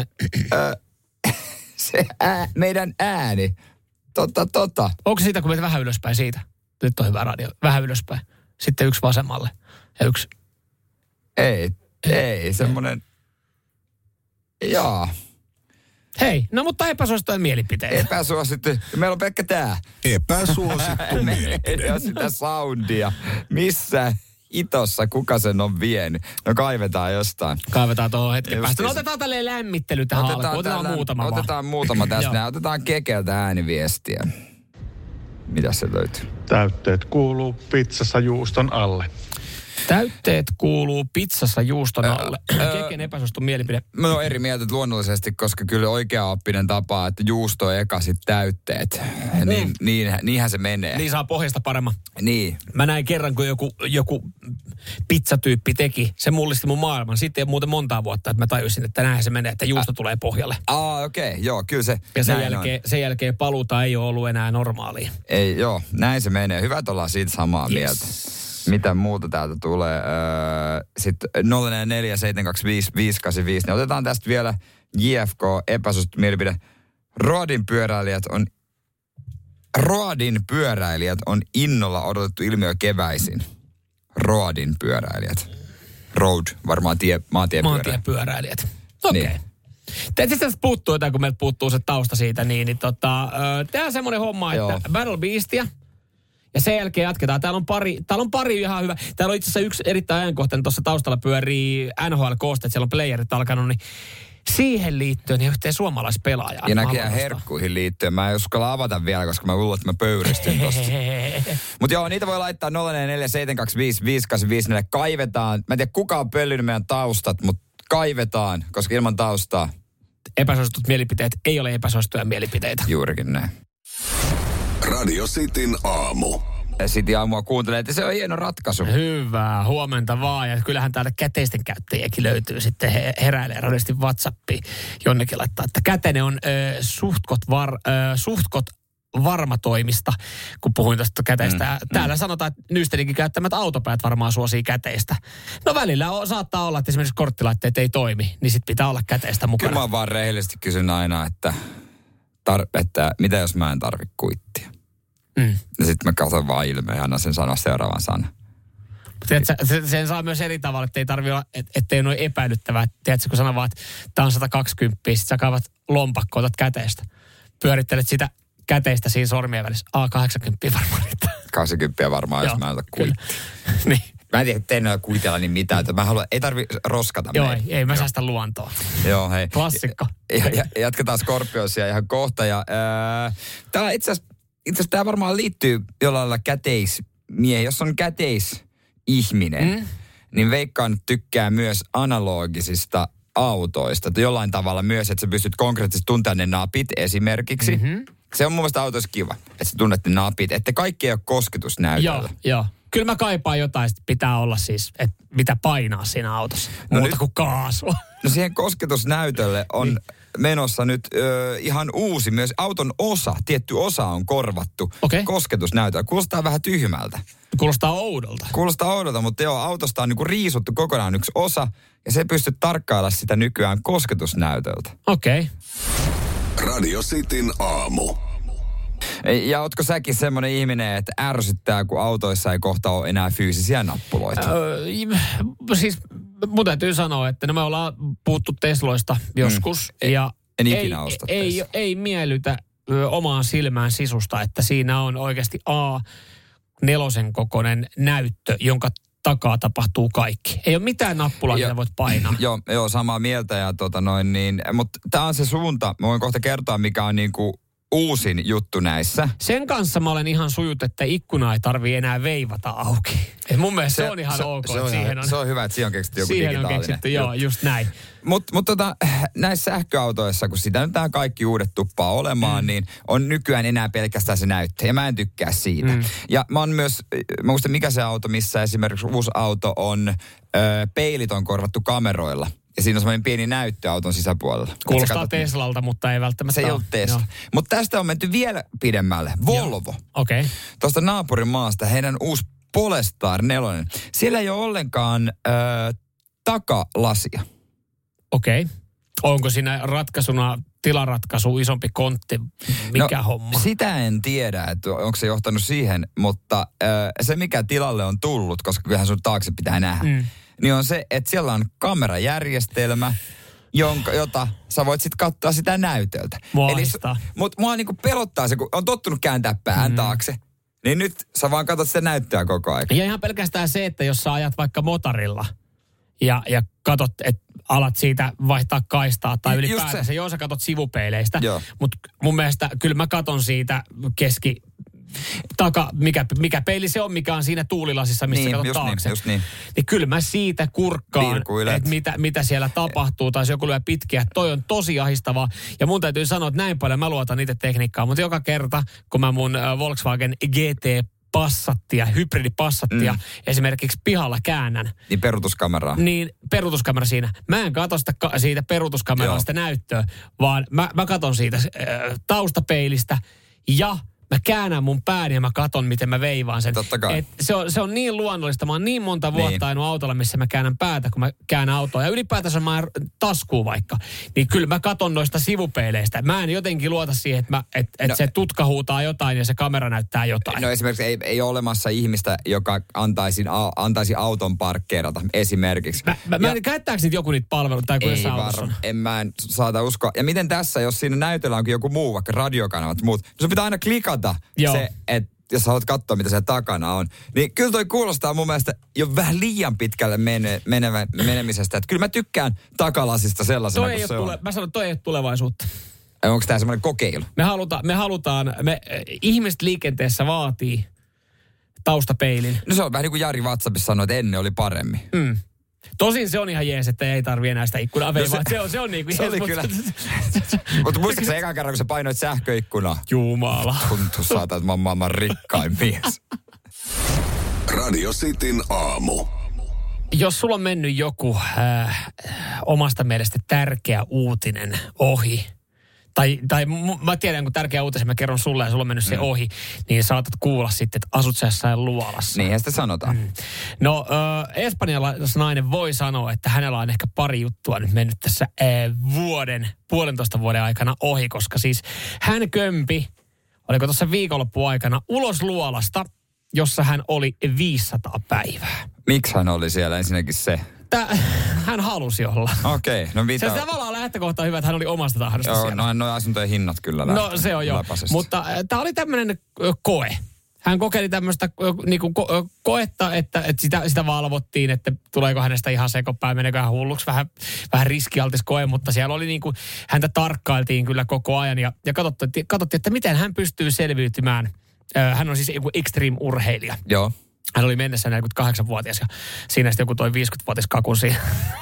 Se meidän ääni. Onko siitä, kun menet vähän ylöspäin siitä? Nyt on hyvä radio. Vähän ylöspäin. Sitten 1 vasemmalle ja 1. Ei, semmoinen. Jaa. Hei, no mutta epäsuosittuja mielipiteitä. Epäsuosittu. Meillä on pelkkä tää. Epäsuosittu mielipide. Ei ole sitä soundia. Missä itossa kuka sen on vienyt? No kaivetaan jostain. Kaivetaan tuohon hetken päästä. No otetaan tälleen lämmittely tähän alkuun. Otetaan muutama tästä. Otetaan Kekeltä ääniviestiä. Mitäs se löytyy? Täytteet kuuluu pizzassa juuston alle. Täytteet kuuluu pizzassa juuston alle. Keken epäsuosittu mielipide. Mä oon eri mieltä luonnollisesti, koska kyllä oikeaoppinen tapa, että juusto eka sit täytteet. Niinhän se menee. Niin saa pohjasta paremman. Niin. Mä näin kerran, kun joku pizzatyyppi teki. Se mullisti mun maailman. Sitten ei muuten montaa vuotta, että mä tajusin, että näinhän se menee, että juusto tulee pohjalle. Okei. Joo, kyllä se. Ja sen jälkeen paluuta ei ole ollut enää normaalia. Ei, joo. Näin se menee. Hyvä, että ollaan siitä samaa mieltä. Mitä muuta täältä tulee? Sitten 047255855. Niin otetaan tästä vielä JFK epäsuosittu mielipide. Roadin pyöräilijät on innolla odotettu ilmiö keväisin. Roadin pyöräilijät. Road, varmaan maantiepyöräilijät. Okei. Okay. Tietysti tästä puuttuu jotain, kun meiltä puuttuu se tausta siitä, niin tehdään semmoinen homma, että Battle Beastia. Ja sen jälkeen jatketaan. Täällä on pari ihan hyvä. Täällä on itse asiassa yksi erittäin ajankohtainen. Tuossa taustalla pyörii NHL-koosteet. Siellä on playerit alkanut. Niin siihen liittyen niin yhteen suomalaispelaajaan. Ja näkee herkkuihin liittyen. Mä en uskalla avata vielä, koska mä luulen, että mä pöyristyn tosta. Mutta joo, niitä voi laittaa 047255854. Kaivetaan. Mä en tiedä, kuka on pöllynyt meidän taustat, mutta kaivetaan, koska ilman taustaa. Epäsuositut mielipiteet ei ole epäsuosittuja mielipiteitä. Juurikin näin. Radio Cityn aamu. City aamua kuuntelee, että se on hieno ratkaisu. Hyvää, huomenta vaan. Ja kyllähän täältä käteisten käyttäjiäkin löytyy sitten. Heräilee radiosti WhatsAppiin. Jonnekin laittaa, että käteinen on suhtkot varmatoimista, kun puhuin tästä käteistä. Täällä sanotaan, että Nysteninkin käyttämät autopäät varmaan suosii käteistä. No välillä saattaa olla, että esimerkiksi korttilaitteet ei toimi, niin sit pitää olla käteistä mukana. Kyllä mä vaan rehellisesti kysyn aina, että mitä jos mä en tarvitse kuittia? Ja sitten mä katson vaan ilmeen ja annan sen sanoa seuraavan sanan. Sen saa myös eri tavalla, että ei tarvitse olla, ettei noin epäilyttävää. Tiedätkö, kun sanoo vaan, että tää on 120, sit sä kaivat lompakkoa, otat käteistä. Pyörittelet sitä käteistä siinä sormien välissä. 80 varmaan niitä. 80 varmaan, jos mä en ota kuittia. Niin. Mä en tiedä, että ei kuitella niin mitään. Mä haluan, ei tarvi roskata meitä. Ei mä säästä luontoa. Joo, hei. Klassikko. Jatketaan Scorpiosia ihan kohta. Ja, tää itse asiassa tää varmaan liittyy jollain lailla käteismiehiin. Jos on käteisihminen, niin veikkaan tykkää myös analogisista autoista. Jollain tavalla myös, että sä pystyt konkreettisesti tuntemaan ne napit esimerkiksi. Se on mun mielestä autoissa kiva, että sä tunnet ne napit, että kaikki ei ole kosketusnäytöllä. Joo. Kyllä mä kaipaan jotain, että pitää olla siis, että mitä painaa siinä autossa. Muuta kuin kaasua. No siihen kosketusnäytölle on menossa nyt ihan uusi. Myös auton tietty osa on korvattu kosketusnäytöllä. Kuulostaa vähän tyhmältä. Kuulostaa oudolta. Mutta joo, autosta on niinku riisuttu kokonaan yksi osa. Ja se pystyy tarkkailla sitä nykyään kosketusnäytöltä. Okei. Radio Cityn aamu. Ja ootko säkin semmoinen ihminen, että ärsyttää, kun autoissa ei kohta ole enää fyysisiä nappuloita? Siis mun täytyy sanoa, että me ollaan puhuttu Tesloista joskus. En ikinä osta ei miellytä omaan silmään sisusta, että siinä on oikeasti A4 kokoinen näyttö, jonka takaa tapahtuu kaikki. Ei ole mitään nappulaa, mitä voit painaa. Joo, samaa mieltä. Mutta tämä on se suunta. Mä voin kohta kertoa, mikä on niinku uusin juttu näissä. Sen kanssa mä olen ihan sujut, että ikkuna ei tarvii enää veivata auki. Et mun mielestä se on ihan ok. Se on hyvä, että siihen on keksitty joku digitaalinen. Siihen on keksitty, joo, just näin. Mutta näissä sähköautoissa, kun sitä nyt nämä kaikki uudet tuppaa olemaan, niin on nykyään enää pelkästään se näyttö. Ja mä en tykkää siitä. Ja mä muistan mikä se auto, missä esimerkiksi uusi auto on, peilit on korvattu kameroilla. Ja siinä on semmoinen pieni näyttö auton sisäpuolella. Kuulostaa Teslalta, mutta ei välttämättä. Se ei ole Tesla. Mutta tästä on menty vielä pidemmälle. Volvo. Okei. Tuosta naapurin maasta heidän uusi Polestar 4. Siellä ei ole ollenkaan takalasia. Okei. Onko siinä ratkaisuna tilaratkaisu, isompi kontti? Mikä homma? Sitä en tiedä, että onko se johtanut siihen, mutta se mikä tilalle on tullut, koska kyllähän sun taakse pitää nähdä, niin on se, että siellä on kamerajärjestelmä jota sä voit sitten katsoa sitä näytöltä. Mutta mua niinku pelottaa se, kun on tottunut kääntää pään taakse. Niin nyt sä vaan katsot sitä näyttöä koko ajan. Ja ihan pelkästään se, että jos sä ajat vaikka motorilla ja katot, että alat siitä vaihtaa kaistaa tai ylipäätään se. Joo, sä katot sivupeileistä. Mutta mun mielestä kyllä mä katon siitä mikä peili se on, mikä on siinä tuulilasissa, missä katsot taakse. Niin kyllä mä siitä kurkkaan, että mitä siellä tapahtuu, tai jos joku lyö pitkiä. Toi on tosi ahistavaa. Ja mun täytyy sanoa, että näin paljon mä luotan itse tekniikkaa, mutta joka kerta, kun mä mun Volkswagen GT-passattia, hybridipassattia esimerkiksi pihalla käännän. Niin peruutuskameraa. Niin peruutuskamera siinä. Mä en katso siitä peruutuskamerasta näyttöä, vaan mä katon siitä taustapeilistä ja mä käännän mun pään ja mä katon, miten mä veivaan sen. Totta kai. Se on niin luonnollista. Mä oon niin monta vuotta ajanut autolla, missä mä käännän päätä, kun mä käännän autoa. Ja ylipäätänsä mä taskuun vaikka. Niin kyllä mä katon noista sivupeileistä. Mä en jotenkin luota siihen, että se tutka huutaa jotain ja se kamera näyttää jotain. No esimerkiksi ei ole olemassa ihmistä, joka antaisi auton parkkeerata esimerkiksi. Mä en käyttääkö niitä joku niitä palveluita tai kuinka autossa on? Mä en saata uskoa. Ja miten tässä, jos siinä näytöllä onkin joku muu, vaikka radiokanavat muut, niin sun pitää aina klikata se, että jos haluat katsoa, mitä siellä takana on. Niin kyllä toi kuulostaa mun mielestä jo vähän liian pitkälle menemisestä. Että kyllä mä tykkään takalasista sellaisena kuin se on. Mä sanon, toi ei ole tulevaisuutta. Onko tää semmoinen kokeilu? Ihmiset liikenteessä vaatii taustapeilin. No se on vähän niin kuin Jari WhatsAppissa sanoi, että ennen oli paremmin. Tosin se on ihan jees, että ei tarvii enää sitä ikkunaa veivaa. Se on niin kuin jees. Kyllä. Mutta muistatko se ekan kerran, kun sä painoit sähköikkunaa? Jumala. Tuntuu saata, että mä oon maailman rikkain mies. Radio Cityn aamu. Jos sulla on mennyt joku omasta mielestä tärkeä uutinen ohi, tai mä tiedän, kun tärkeä uutisen mä kerron sulle ja sulla on mennyt se ohi, niin saatat kuulla sitten, että asut sä jossain luolassa. Niinhän sitä sanotaan. No, espanjalaisnainen voi sanoa, että hänellä on ehkä pari juttua nyt mennyt tässä puolentoista vuoden aikana ohi, koska siis hän kömpi, oliko tuossa viikonloppuun aikana, ulos luolasta, jossa hän oli 500 päivää. Miksi hän oli siellä ensinnäkin se? Hän halusi olla. Okei, no mitä? Se tavallaan lähtökohta on hyvä, että hän oli omasta tahdosta siellä. No asuntojen hinnat kyllä No se on joo, mutta tämä oli tämmöinen koe. Hän kokeili tämmöistä niinku koetta, että sitä valvottiin, että tuleeko hänestä ihan sekopää, menekö hän hulluksi, vähän riskialtis koe, mutta siellä oli niinku, häntä tarkkailtiin kyllä koko ajan ja katsottiin, että miten hän pystyy selviytymään. Hän on siis joku extreme-urheilija. Joo. Hän oli mennessä 48-vuotias ja siinä sitten joku toi 50-vuotias kakun siinä.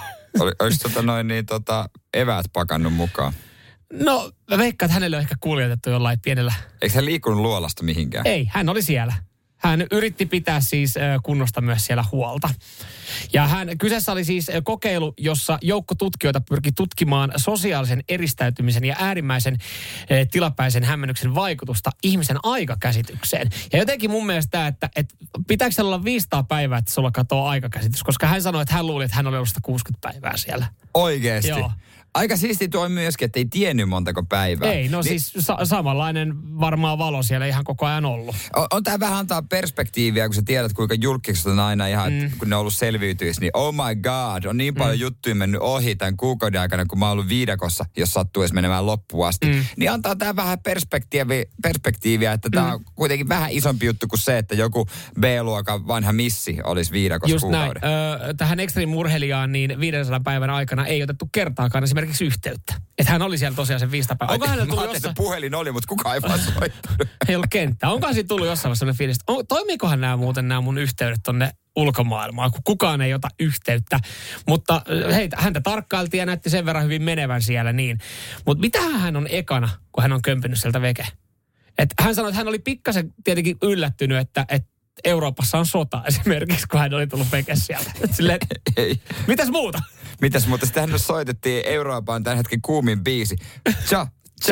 Oliko eväät pakannut mukaan? No, mä veikkaan, että hänelle on ehkä kuljetettu jollain pienellä. Eikö hän liikkunut luolasta mihinkään? Ei, hän oli siellä. Hän yritti pitää siis kunnosta myös siellä huolta. Ja kyseessä oli siis kokeilu, jossa joukko tutkijoita pyrki tutkimaan sosiaalisen eristäytymisen ja äärimmäisen tilapäisen hämmennyksen vaikutusta ihmisen aikakäsitykseen. Ja jotenkin mun mielestä että pitääkö olla 500 päivää, että sulla katoaa aikakäsitys, koska hän sanoi, että hän luuli, että hän oli ollut 160 päivää siellä. Oikeesti? Joo. Aika siisti tuo myöskin, että ei tiennyt montako päivää. Ei, no niin, siis samanlainen varmaan valo siellä ihan koko ajan ollut. On tää vähän antaa perspektiiviä, kun sä tiedät, kuinka julkikset on aina ihan, kun ne on ollut selviytyis, niin oh my god, on niin paljon juttuja mennyt ohi tämän kuukauden aikana, kun mä oon ollut viidakossa, jos sattuu edes menemään loppuun asti. Niin antaa tää vähän perspektiiviä, että tää on kuitenkin vähän isompi juttu kuin se, että joku B-luokan vanha missi olisi viidakossa just kuukauden. Näin. Tähän extreme-urheilijaan niin 500 päivän aikana ei otettu kertaakaan esimerkiksi yhteyttä. Että hän oli siellä tosiaan sen 500 päivää. Onko hänellä tullut jossain... puhelin oli, mutta kukaan ei vaan soittanut. Ei ollut kenttää. Onkohan siitä tullut jossain vaiheessa sellainen fiilis, toimiikohan nämä mun yhteydet tonne ulkomaailmaan, kun kukaan ei ota yhteyttä. Mutta häntä tarkkailtiin ja näytti sen verran hyvin menevän siellä niin. Mutta mitähän hän on ekana, kun hän on kömpinyt sieltä veke? Hän sanoi, että hän oli pikkasen tietenkin yllättynyt, että Euroopassa on sota esimerkiksi, kun hän oli tullut veke sieltä. Silleen, ei. Mitäs muuta? Mitäs muuta? Sitten hän soitettiin Euroopan tämän hetken kuumin biisi. Cha.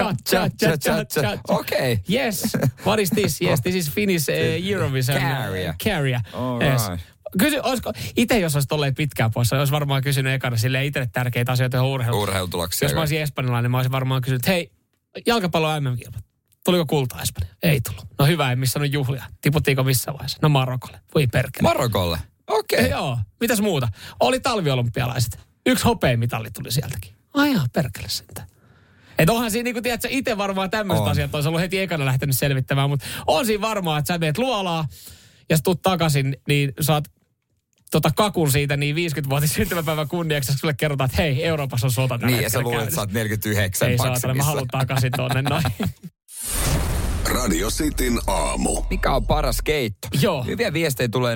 Okei. Yes. What is this? Yes, this is Finnish Eurovision. Carrier. Yes. Olisiko, itse jos olisit olleet pitkään poissa, olisi varmaan kysynyt ekana silleen itselle tärkeitä asioita ja urheilutuloksia. Jos mä olisin espanjalainen, mä olisin varmaan kysynyt, että hei, jalkapallo MM-kilpat. Tuliko kultaa Espanja? Ei tullut. No hyvä, ei missä on juhlia. Tiputtiinko missään vaiheessa? No Marokolle. Voi perkele. Marokolle? Okei. Joo. Mitäs muuta? Oli talviolympialaiset. 1 hopeamitalli tuli sieltäkin. Ai perkele sitä. Että onhan siinä, niin kuin tiedätkö, itse varmaan tämmöiset asiat olisi ollut heti ekana lähtenyt selvittämään, mutta on siinä varmaa, että sä meet luolaa ja sä tuut takaisin, niin saat kakun siitä niin 50-vuotis syntymäpäivän kunniaksi, kun sulle kerrotaan, että hei, Euroopassa on sota tällä niin, ja sä luulet, että sä oot 49 ei saatana, mä haluan takaisin tonne noin. Radio Cityn aamu. Mikä on paras keitto? Joo. Hyviä viestejä tulee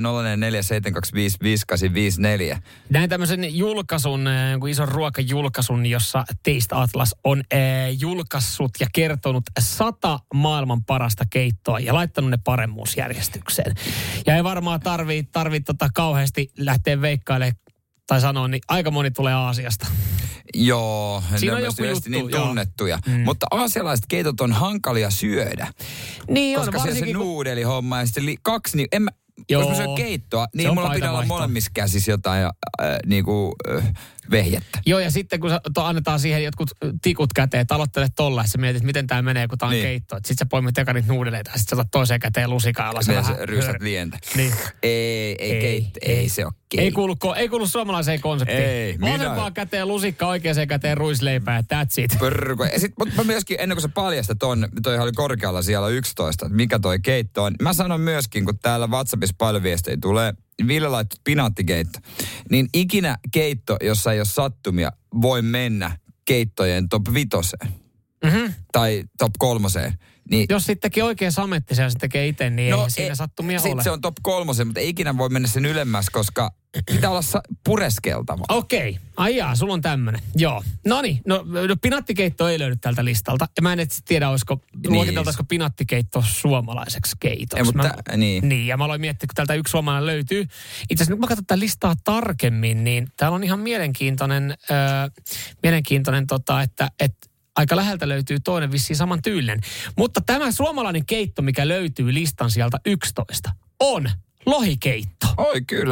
047255854. Näin tämmöisen julkaisun, ison ruokajulkaisun, jossa Taste Atlas on julkaissut ja kertonut 100 maailman parasta keittoa ja laittanut ne paremmuusjärjestykseen. Ja ei varmaan tarvii kauheasti lähteä veikkailemaan tai sanoa, niin aika moni tulee Aasiasta. Joo, siinä ne on myös niin tunnettuja. Mutta aasialaiset keitot on hankalia syödä. Niin koska on, varsinkin se nuudelihomma ja sitten kaksi, niin jos mä syön keittoa, niin mulla pitää olla molemmissa käsissä jotain vehjettä. Joo, ja sitten kun annetaan siihen jotkut tikut käteen, että aloittelet tolla, ja sä mietit, miten tää menee, kun tää on keitto. Sitten sä poimit eka niitä nuudeleita, ja sitten sä otat toiseen käteen lusikaa, jolla sä vähän ryystät lientä. Niin. Ei se ole keitto. Ei kuulu suomalaiseen konseptiin. Ei. Vasempaan käteen lusikka, oikeaan käteen ruisleipää, ja that's it. Mutta myöskin, ennen kuin sä paljastat toi oli korkealla siellä 11, että mikä toi keitto on. Mä sanon myöskin, kun täällä WhatsAppissa paljon viestejä tulee, Ville laittoi pinaattikeitto, niin ikinä keitto, jossa ei ole sattumia, voi mennä keittojen top 5 tai top 3. Niin, jos sitten tekee oikein samettisen ja se tekee itse, niin ei siinä sattumia ole. Sitten se on top 3, mutta ei ikinä voi mennä sen ylemmäs, koska pitää olla pureskeltava. Okei. Ai jaa, sulla on tämmönen. Joo. Noniin. No pinattikeitto ei löydy tältä listalta. Ja mä en tiedä, luokiteltaisiko pinattikeitto suomalaiseksi keitoksi. Niin, ja mä aloin miettiä, kun täältä yksi suomalainen löytyy. Itse asiassa nyt mä katson tätä listaa tarkemmin, niin täällä on ihan mielenkiintoinen että aika läheltä löytyy toinen vissiin saman tyylinen. Mutta tämä suomalainen keitto, mikä löytyy listan sieltä 11, on lohikeitto. Oi, kyllä.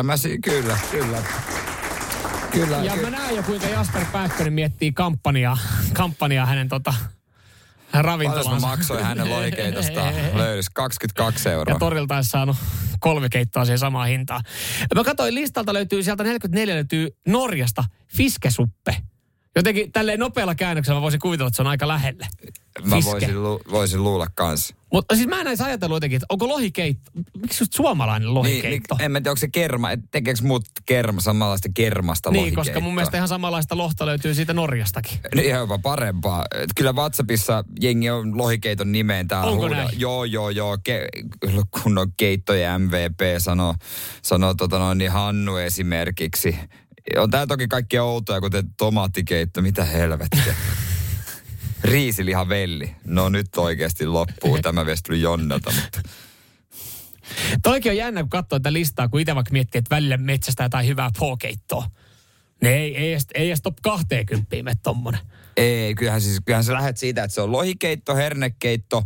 Ja mä näen jo, kuinka Jasper Pääkkönen miettii kampanjaa hänen ravintolansa. Paljon mä maksoin hänen lohikeitosta. Löydys 22 €. Ja torilta olisi saanut 3 keittoa siihen samaan hintaan. Mä katsoin listalta sieltä 44 löytyy Norjasta fiskesuppe. Jotenkin tälleen nopealla käännöksellä mä voisin kuvitella, että se on aika lähelle. Mä voisin luulla kanssa. Mutta siis mä en näin ajatellut jotenkin, että onko lohikeitto, miksi just suomalainen lohikeitto? En mä tiedä, onko se kerma, että tekeekö muut samanlaista kermasta lohikeittoa? Niin, koska mun mielestä ihan samanlaista lohta löytyy siitä Norjastakin. Niin, jopa parempaa. Kyllä WhatsAppissa jengi on lohikeiton nimeen täällä. Onko näin? Joo. Kun on keittojen MVP, sanoo niin Hannu esimerkiksi. On tää toki kaikkia outoja, kuten tomaattikeitto, mitä helvettiä. Riisilihavelli. No nyt oikeasti loppuu. Tämä viesti tuli Jonnelta, mutta... Toikin on jännä, kun katsoo tätä listaa, kun itse vaikka miettii, että välillä metsästää jotain hyvää pookeittoa. Ei edes top 20 mene tommonen. Ei, kyllähän sä lähdet siitä, että se on lohikeitto, hernekeitto.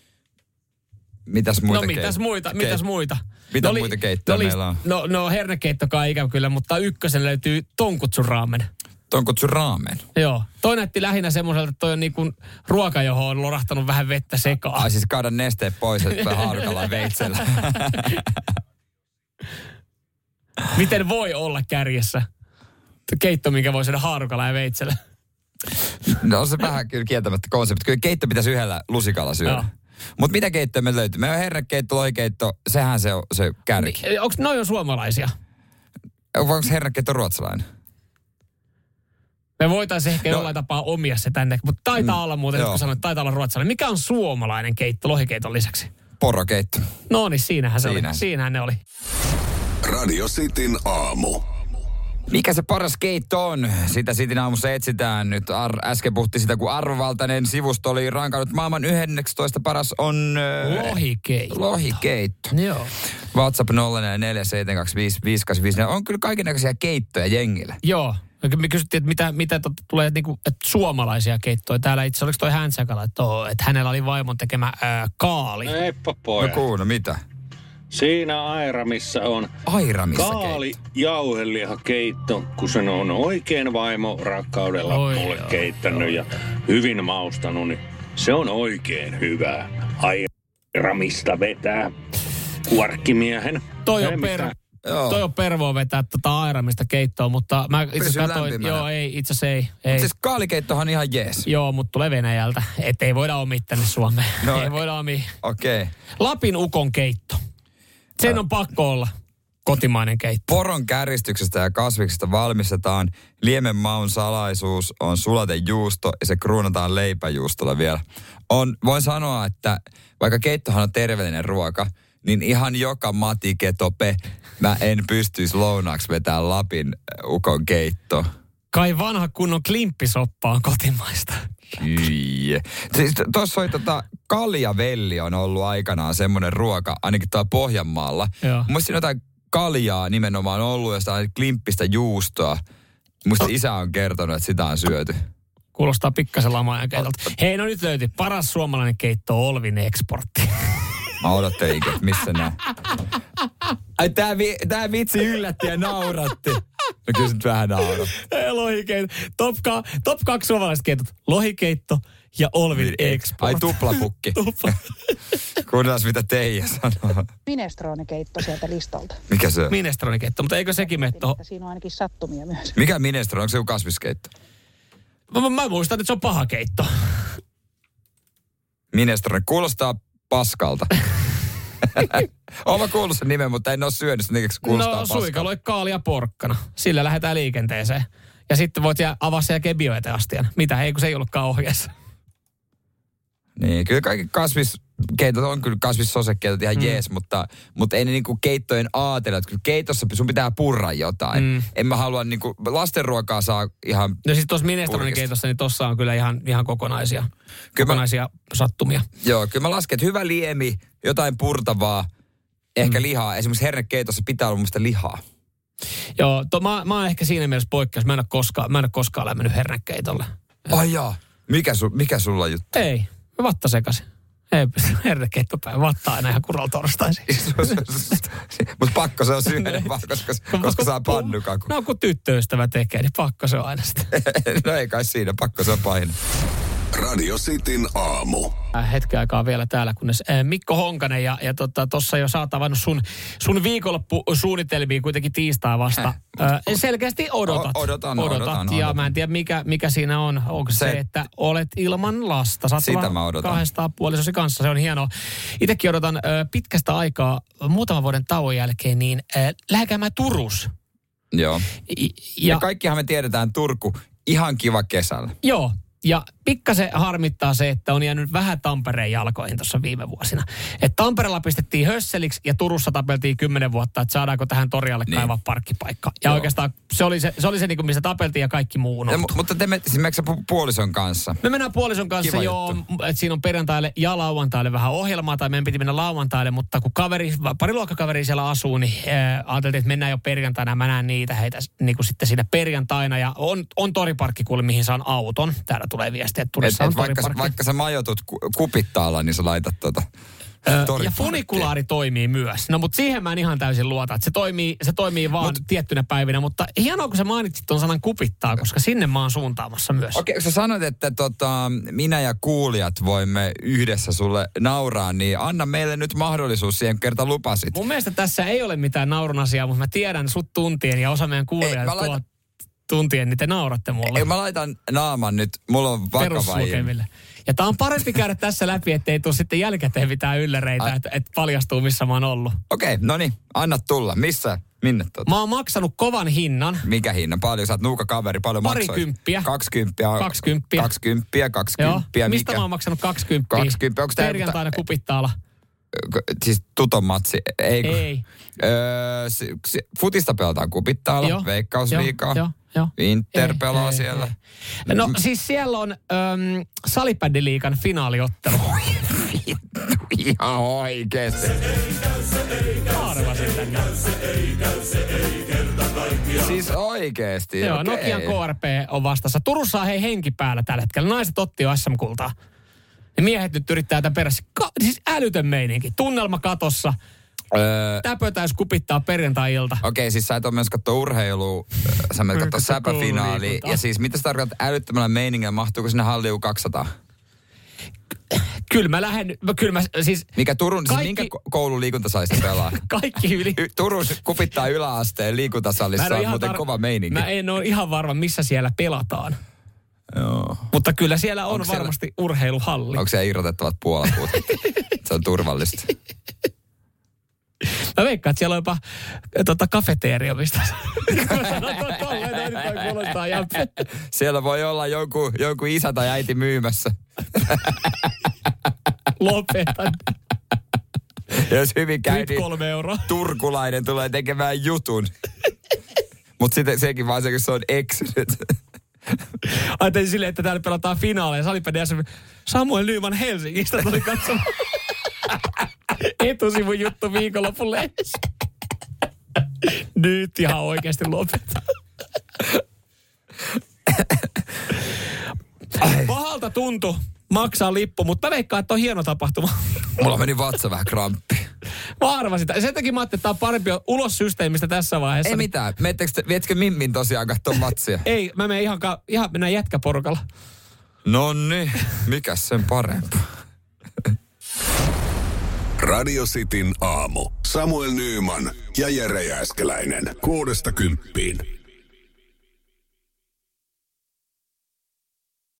Mitäs muita keittoja? Mitäs muita? Mitä muita keittoja meillä on? No hernekeittokaan ikävä kyllä, mutta ykkösen löytyy tonkutsu raamen. Tonkutsu raamen? Joo. Toi näytti lähinnä semmoiselta, että toi on niin kuin ruoka, johon on lorahtanut vähän vettä sekaan. Ai siis kaada nesteet pois, että haarukalla veitsellä. Miten voi olla kärjessä keitto, minkä voi syödä haarukalla ja veitsellä? No on se vähän kyllä kieltämättä konsepti. Kyllä keitto pitäisi yhdellä lusikalla syödä. Mutta mitä keittoja me löytyy? Meillä on hernekeitto, lohikeitto, sehän se on se kärki. Onko noi on suomalaisia? Onko hernekeitto ruotsalainen? Me voitaisiin ehkä jollain tapaa omia se tänne, mutta taitaa olla muuten, kun sanoit, taitaa olla ruotsalainen. Mikä on suomalainen keitto lohikeiton lisäksi? Porokeitto. No niin, siinähän se oli. Siinähän ne oli. Radio Cityn aamu. Mikä se paras keitto on? Sitä Cityn aamussa etsitään nyt. Äsken puhuttiin sitä, kun arvovaltainen sivusto oli rankannut maailman 11 paras on... Lohikeitto. Joo. WhatsApp 047255854. On kyllä kaikennäköisiä keittoja jengillä. Joo. Me kysyttiin, että mitä tulee niinku, että suomalaisia keittoja. Täällä itse oliko toi Hänsäkala, että hänellä oli vaimon tekemä kaali. Heippa pojat. No kuule, mitä? Siinä Airamissa on kaali jauhelihakeitto, kun sen on oikein vaimo rakkaudella mulle keittänyt ja hyvin maustanut, niin se on oikein hyvää. Airamista vetää kuorkkimiehen. Toi on Toi on pervoa vetää airamista keittoa, mutta mä itse asiassa katsoin, itse asiassa ei. Siis kaalikeittohan on ihan jees. Joo, mutta tulee Venäjältä, et ei voida omia tänne Suomeen. No, ei voida omia. Okei. Lapin ukon keitto. Sen on pakko olla kotimainen keitto. Poron käristyksestä ja kasviksesta valmistetaan. Liemen maun salaisuus on sulatejuusto ja se kruunataan leipäjuustolla vielä. Voin sanoa, että vaikka keittohan on terveellinen ruoka, niin ihan joka matiketope mä en pystyisi lounaaksi vetämään Lapin ukon keitto. Kai vanha kunnon klimppisoppa on kotimaista. Siis tuossa oli kaljavelli on ollut aikanaan semmoinen ruoka, ainakin tuolla Pohjanmaalla. Muista siinä jotain kaljaa nimenomaan ollut, josta on klimppistä juustoa. Musta isä on kertonut, että sitä on syöty. Kuulostaa pikkasen lamaajan keitolta. Hei, no nyt löytyi paras suomalainen keitto on Olvin eksportti. Mä odottelin, että missä nää. Ai tää vitsi yllätti ja nauratti. No kyllä nyt vähän nauratti. Lohikeitto. Top 2 suomalaiset keitot. Lohikeitto ja Olvin export. Ai tuplapukki. Kuunnellaan mitä Teija sanoo. Minestrone-keitto sieltä listalta. Mikä se on? Minestrone-keitto, mutta eikö sekin mene tuohon? Siinä on ainakin sattumia myös. Mikä minestrone? Onko se joku kasviskeitto? Mä muistan, että se on paha keitto. Minestrone. Kuulostaa paskalta. Oon mä kuullut sen nimen, mutta en ole syönyt sen, niin kuulostaa paskalta. No suikaloi, kaali ja porkkana. Sillä lähdetään liikenteeseen. Ja sitten voit avaa sen jälkeen bioeteastian. Mitä, ei kun se ei ollutkaan ohjeessa. Niin, kyllä kaikki kasviskeitot on kyllä kasvissosekeitot ihan jees, mutta ei ne niinku keittojen aatella. Että kyllä keitossa sun pitää purra jotain. En mä halua niinku, lastenruokaa saa ihan no siis tuossa minestronin keitossa, niin tossa on kyllä ihan kokonaisia sattumia. Joo, kyllä mä lasken, että hyvä liemi, jotain purtavaa, ehkä lihaa. Esimerkiksi hernekeitossa pitää olla mun mielestä lihaa. Joo, mä oon ehkä siinä mielessä poikkeus. Mä en ole koskaan lämmennyt hernekeitolle. Ai jaa, mikä sulla juttu? Ei. Vatta sekaisin. Ei pysty hernekeittopäivä. Vatta aina ihan kuralla torstaisin. Mutta pakko se on syödä vaan, koska saa pannukaku. No kun tyttöystävä tekee, niin pakko se on aina sitä. No ei kai siinä, pakko se on paino. Radio Cityn aamu. Hetken aikaa vielä täällä, kunnes Mikko Honkanen ja tuossa jo sä oot avannut sun viikonloppusuunnitelmiin kuitenkin tiistai vasta. Selkeästi odotat. Odotan. Ja mä en tiedä mikä siinä on. Onko se että olet ilman lasta? Sitä mä odotan. 200 puolisosi kanssa, se on hienoa. Itsekin odotan pitkästä aikaa, muutaman vuoden tauon jälkeen, niin lähdekäämään Turus. Joo. Ja kaikkihan me tiedetään Turku, ihan kiva kesällä. Joo. Ja pikkasen harmittaa se, että on jäänyt vähän Tampereen jalkoihin tuossa viime vuosina. Että Tampereella pistettiin hösseliksi ja Turussa tapeltiin 10 vuotta, että saadaanko tähän Torjalle kaivaa parkkipaikka. Ja oikeastaan se oli se niin kuin missä tapeltiin ja kaikki muu unohtui. Mutta te menette puolison kanssa? Me mennään puolison kanssa, että siinä on perjantaille ja lauantaille vähän ohjelmaa, tai meidän piti mennä lauantaille, mutta kun pari luokkakaveria siellä asuu, niin ajateltiin, että mennään jo perjantaina, mä näen niitä heitä niin kuin sitten siinä perjantaina, ja on toriparkki kuule, mihin saan auton. Täällä tulee viestiä, että Turussa on toriparkki. Vaikka sä majoitut Kupittaalla, niin sä laitat ja funikulaari toimii myös. No mutta siihen mä en ihan täysin luota, että se toimii vaan tiettynä päivinä, mutta hienoa kun sä mainitsit ton sanan Kupittaa, koska sinne mä oon suuntaamassa myös. Okei, sä sanoit, että minä ja kuulijat voimme yhdessä sulle nauraa, niin anna meille nyt mahdollisuus siihen, kerta lupasit. Mun mielestä tässä ei ole mitään naurun asiaa, mutta mä tiedän sut tuntien ja osa meidän kuulijat tuntien, niin te nauratte mulle. Mä laitan naaman nyt, mulla on vakava ilme. Ja tää on parempi käydä tässä läpi, ettei tule sitten jälkikäteen mitään ylläreitä, että paljastuu missä mä oon ollut. Okei, no niin, anna tulla. Missä? Minne Mä oon maksanut kovan hinnan. Mikä hinnan? Paljon? Sä oot nuuka kaveri, paljon maksoit? 20. Joo. Mistä mä oon maksanut 20? 20. Onko perjantaina Kupittaalla. Siis tuton matsi? Ei. Futista pelataan Kupittaalla, Veikkausliigaa. Joo. Inter pelaa siellä. No siis siellä on salibändiliigan finaaliottelu. Ihan oikeesti. Arvasin tänne. Siis oikeesti. Joo, okay. Nokian KRP on vastassa. Turussa on henki päällä tällä hetkellä. Naiset otti jo SM-kultaa. Ja miehet nyt yrittää tämän perässä. Siis älytön meininki. Tunnelma katossa. Täpötäis Kupittaa perjantai-ilta. Okei, siis sä et ole myös katsoa urheilua. Sä menet katsoa säpäfinaalia. Ja siis mitä sä tarkoitat älyttömällä meiningillä? Mahtuuko sinne halliin 200? Kyllä mä siis... Mikä Turun, kaikki, siis minkä koulun liikuntasalissa pelaa? Kaikki yli. Turun kupittaa yläasteen liikuntasalissa on muuten kova meininki. Mä en ole ihan varma, missä siellä pelataan. Joo. Mutta kyllä siellä on varmasti siellä urheiluhalli. Onko siellä irrotettavat puolapuut? Se on turvallista. Mä veikkaan, että siellä on jopa kafeteeria, mistä siellä voi olla joku isä tai äiti myymässä. Lopetan. Jos hyvin käy, nyt 3 euroa. Turkulainen tulee tekemään jutun. Mutta sitten sekin vaan se, kun se on eksynyt. Ajattelin silleen, että täällä pelataan finaaleja. Salipäädä Samuel Nyman Helsingistä tuli katsomaan. Etusivun juttu viikonlopun lehdessä. Nyt ihan oikeasti lopeta. Pahalta tuntui maksaa lippu, mutta mä veikkaan, että on hieno tapahtuma. Mulla meni vatsa vähän kramppi. Mä arvasin sitä. Sen takia mä ajattelin, että tää on parempi ulos systeemistä tässä vaiheessa. Ei mitään. Vietkö Mimmin tosiaan katsoa matsia? Ei, mä menen ihan mennään jätkäporukalla. Nonni, mikäs sen parempi? Radio Cityn aamu. Samuel Nyman ja Jere Jääskeläinen. 6–10.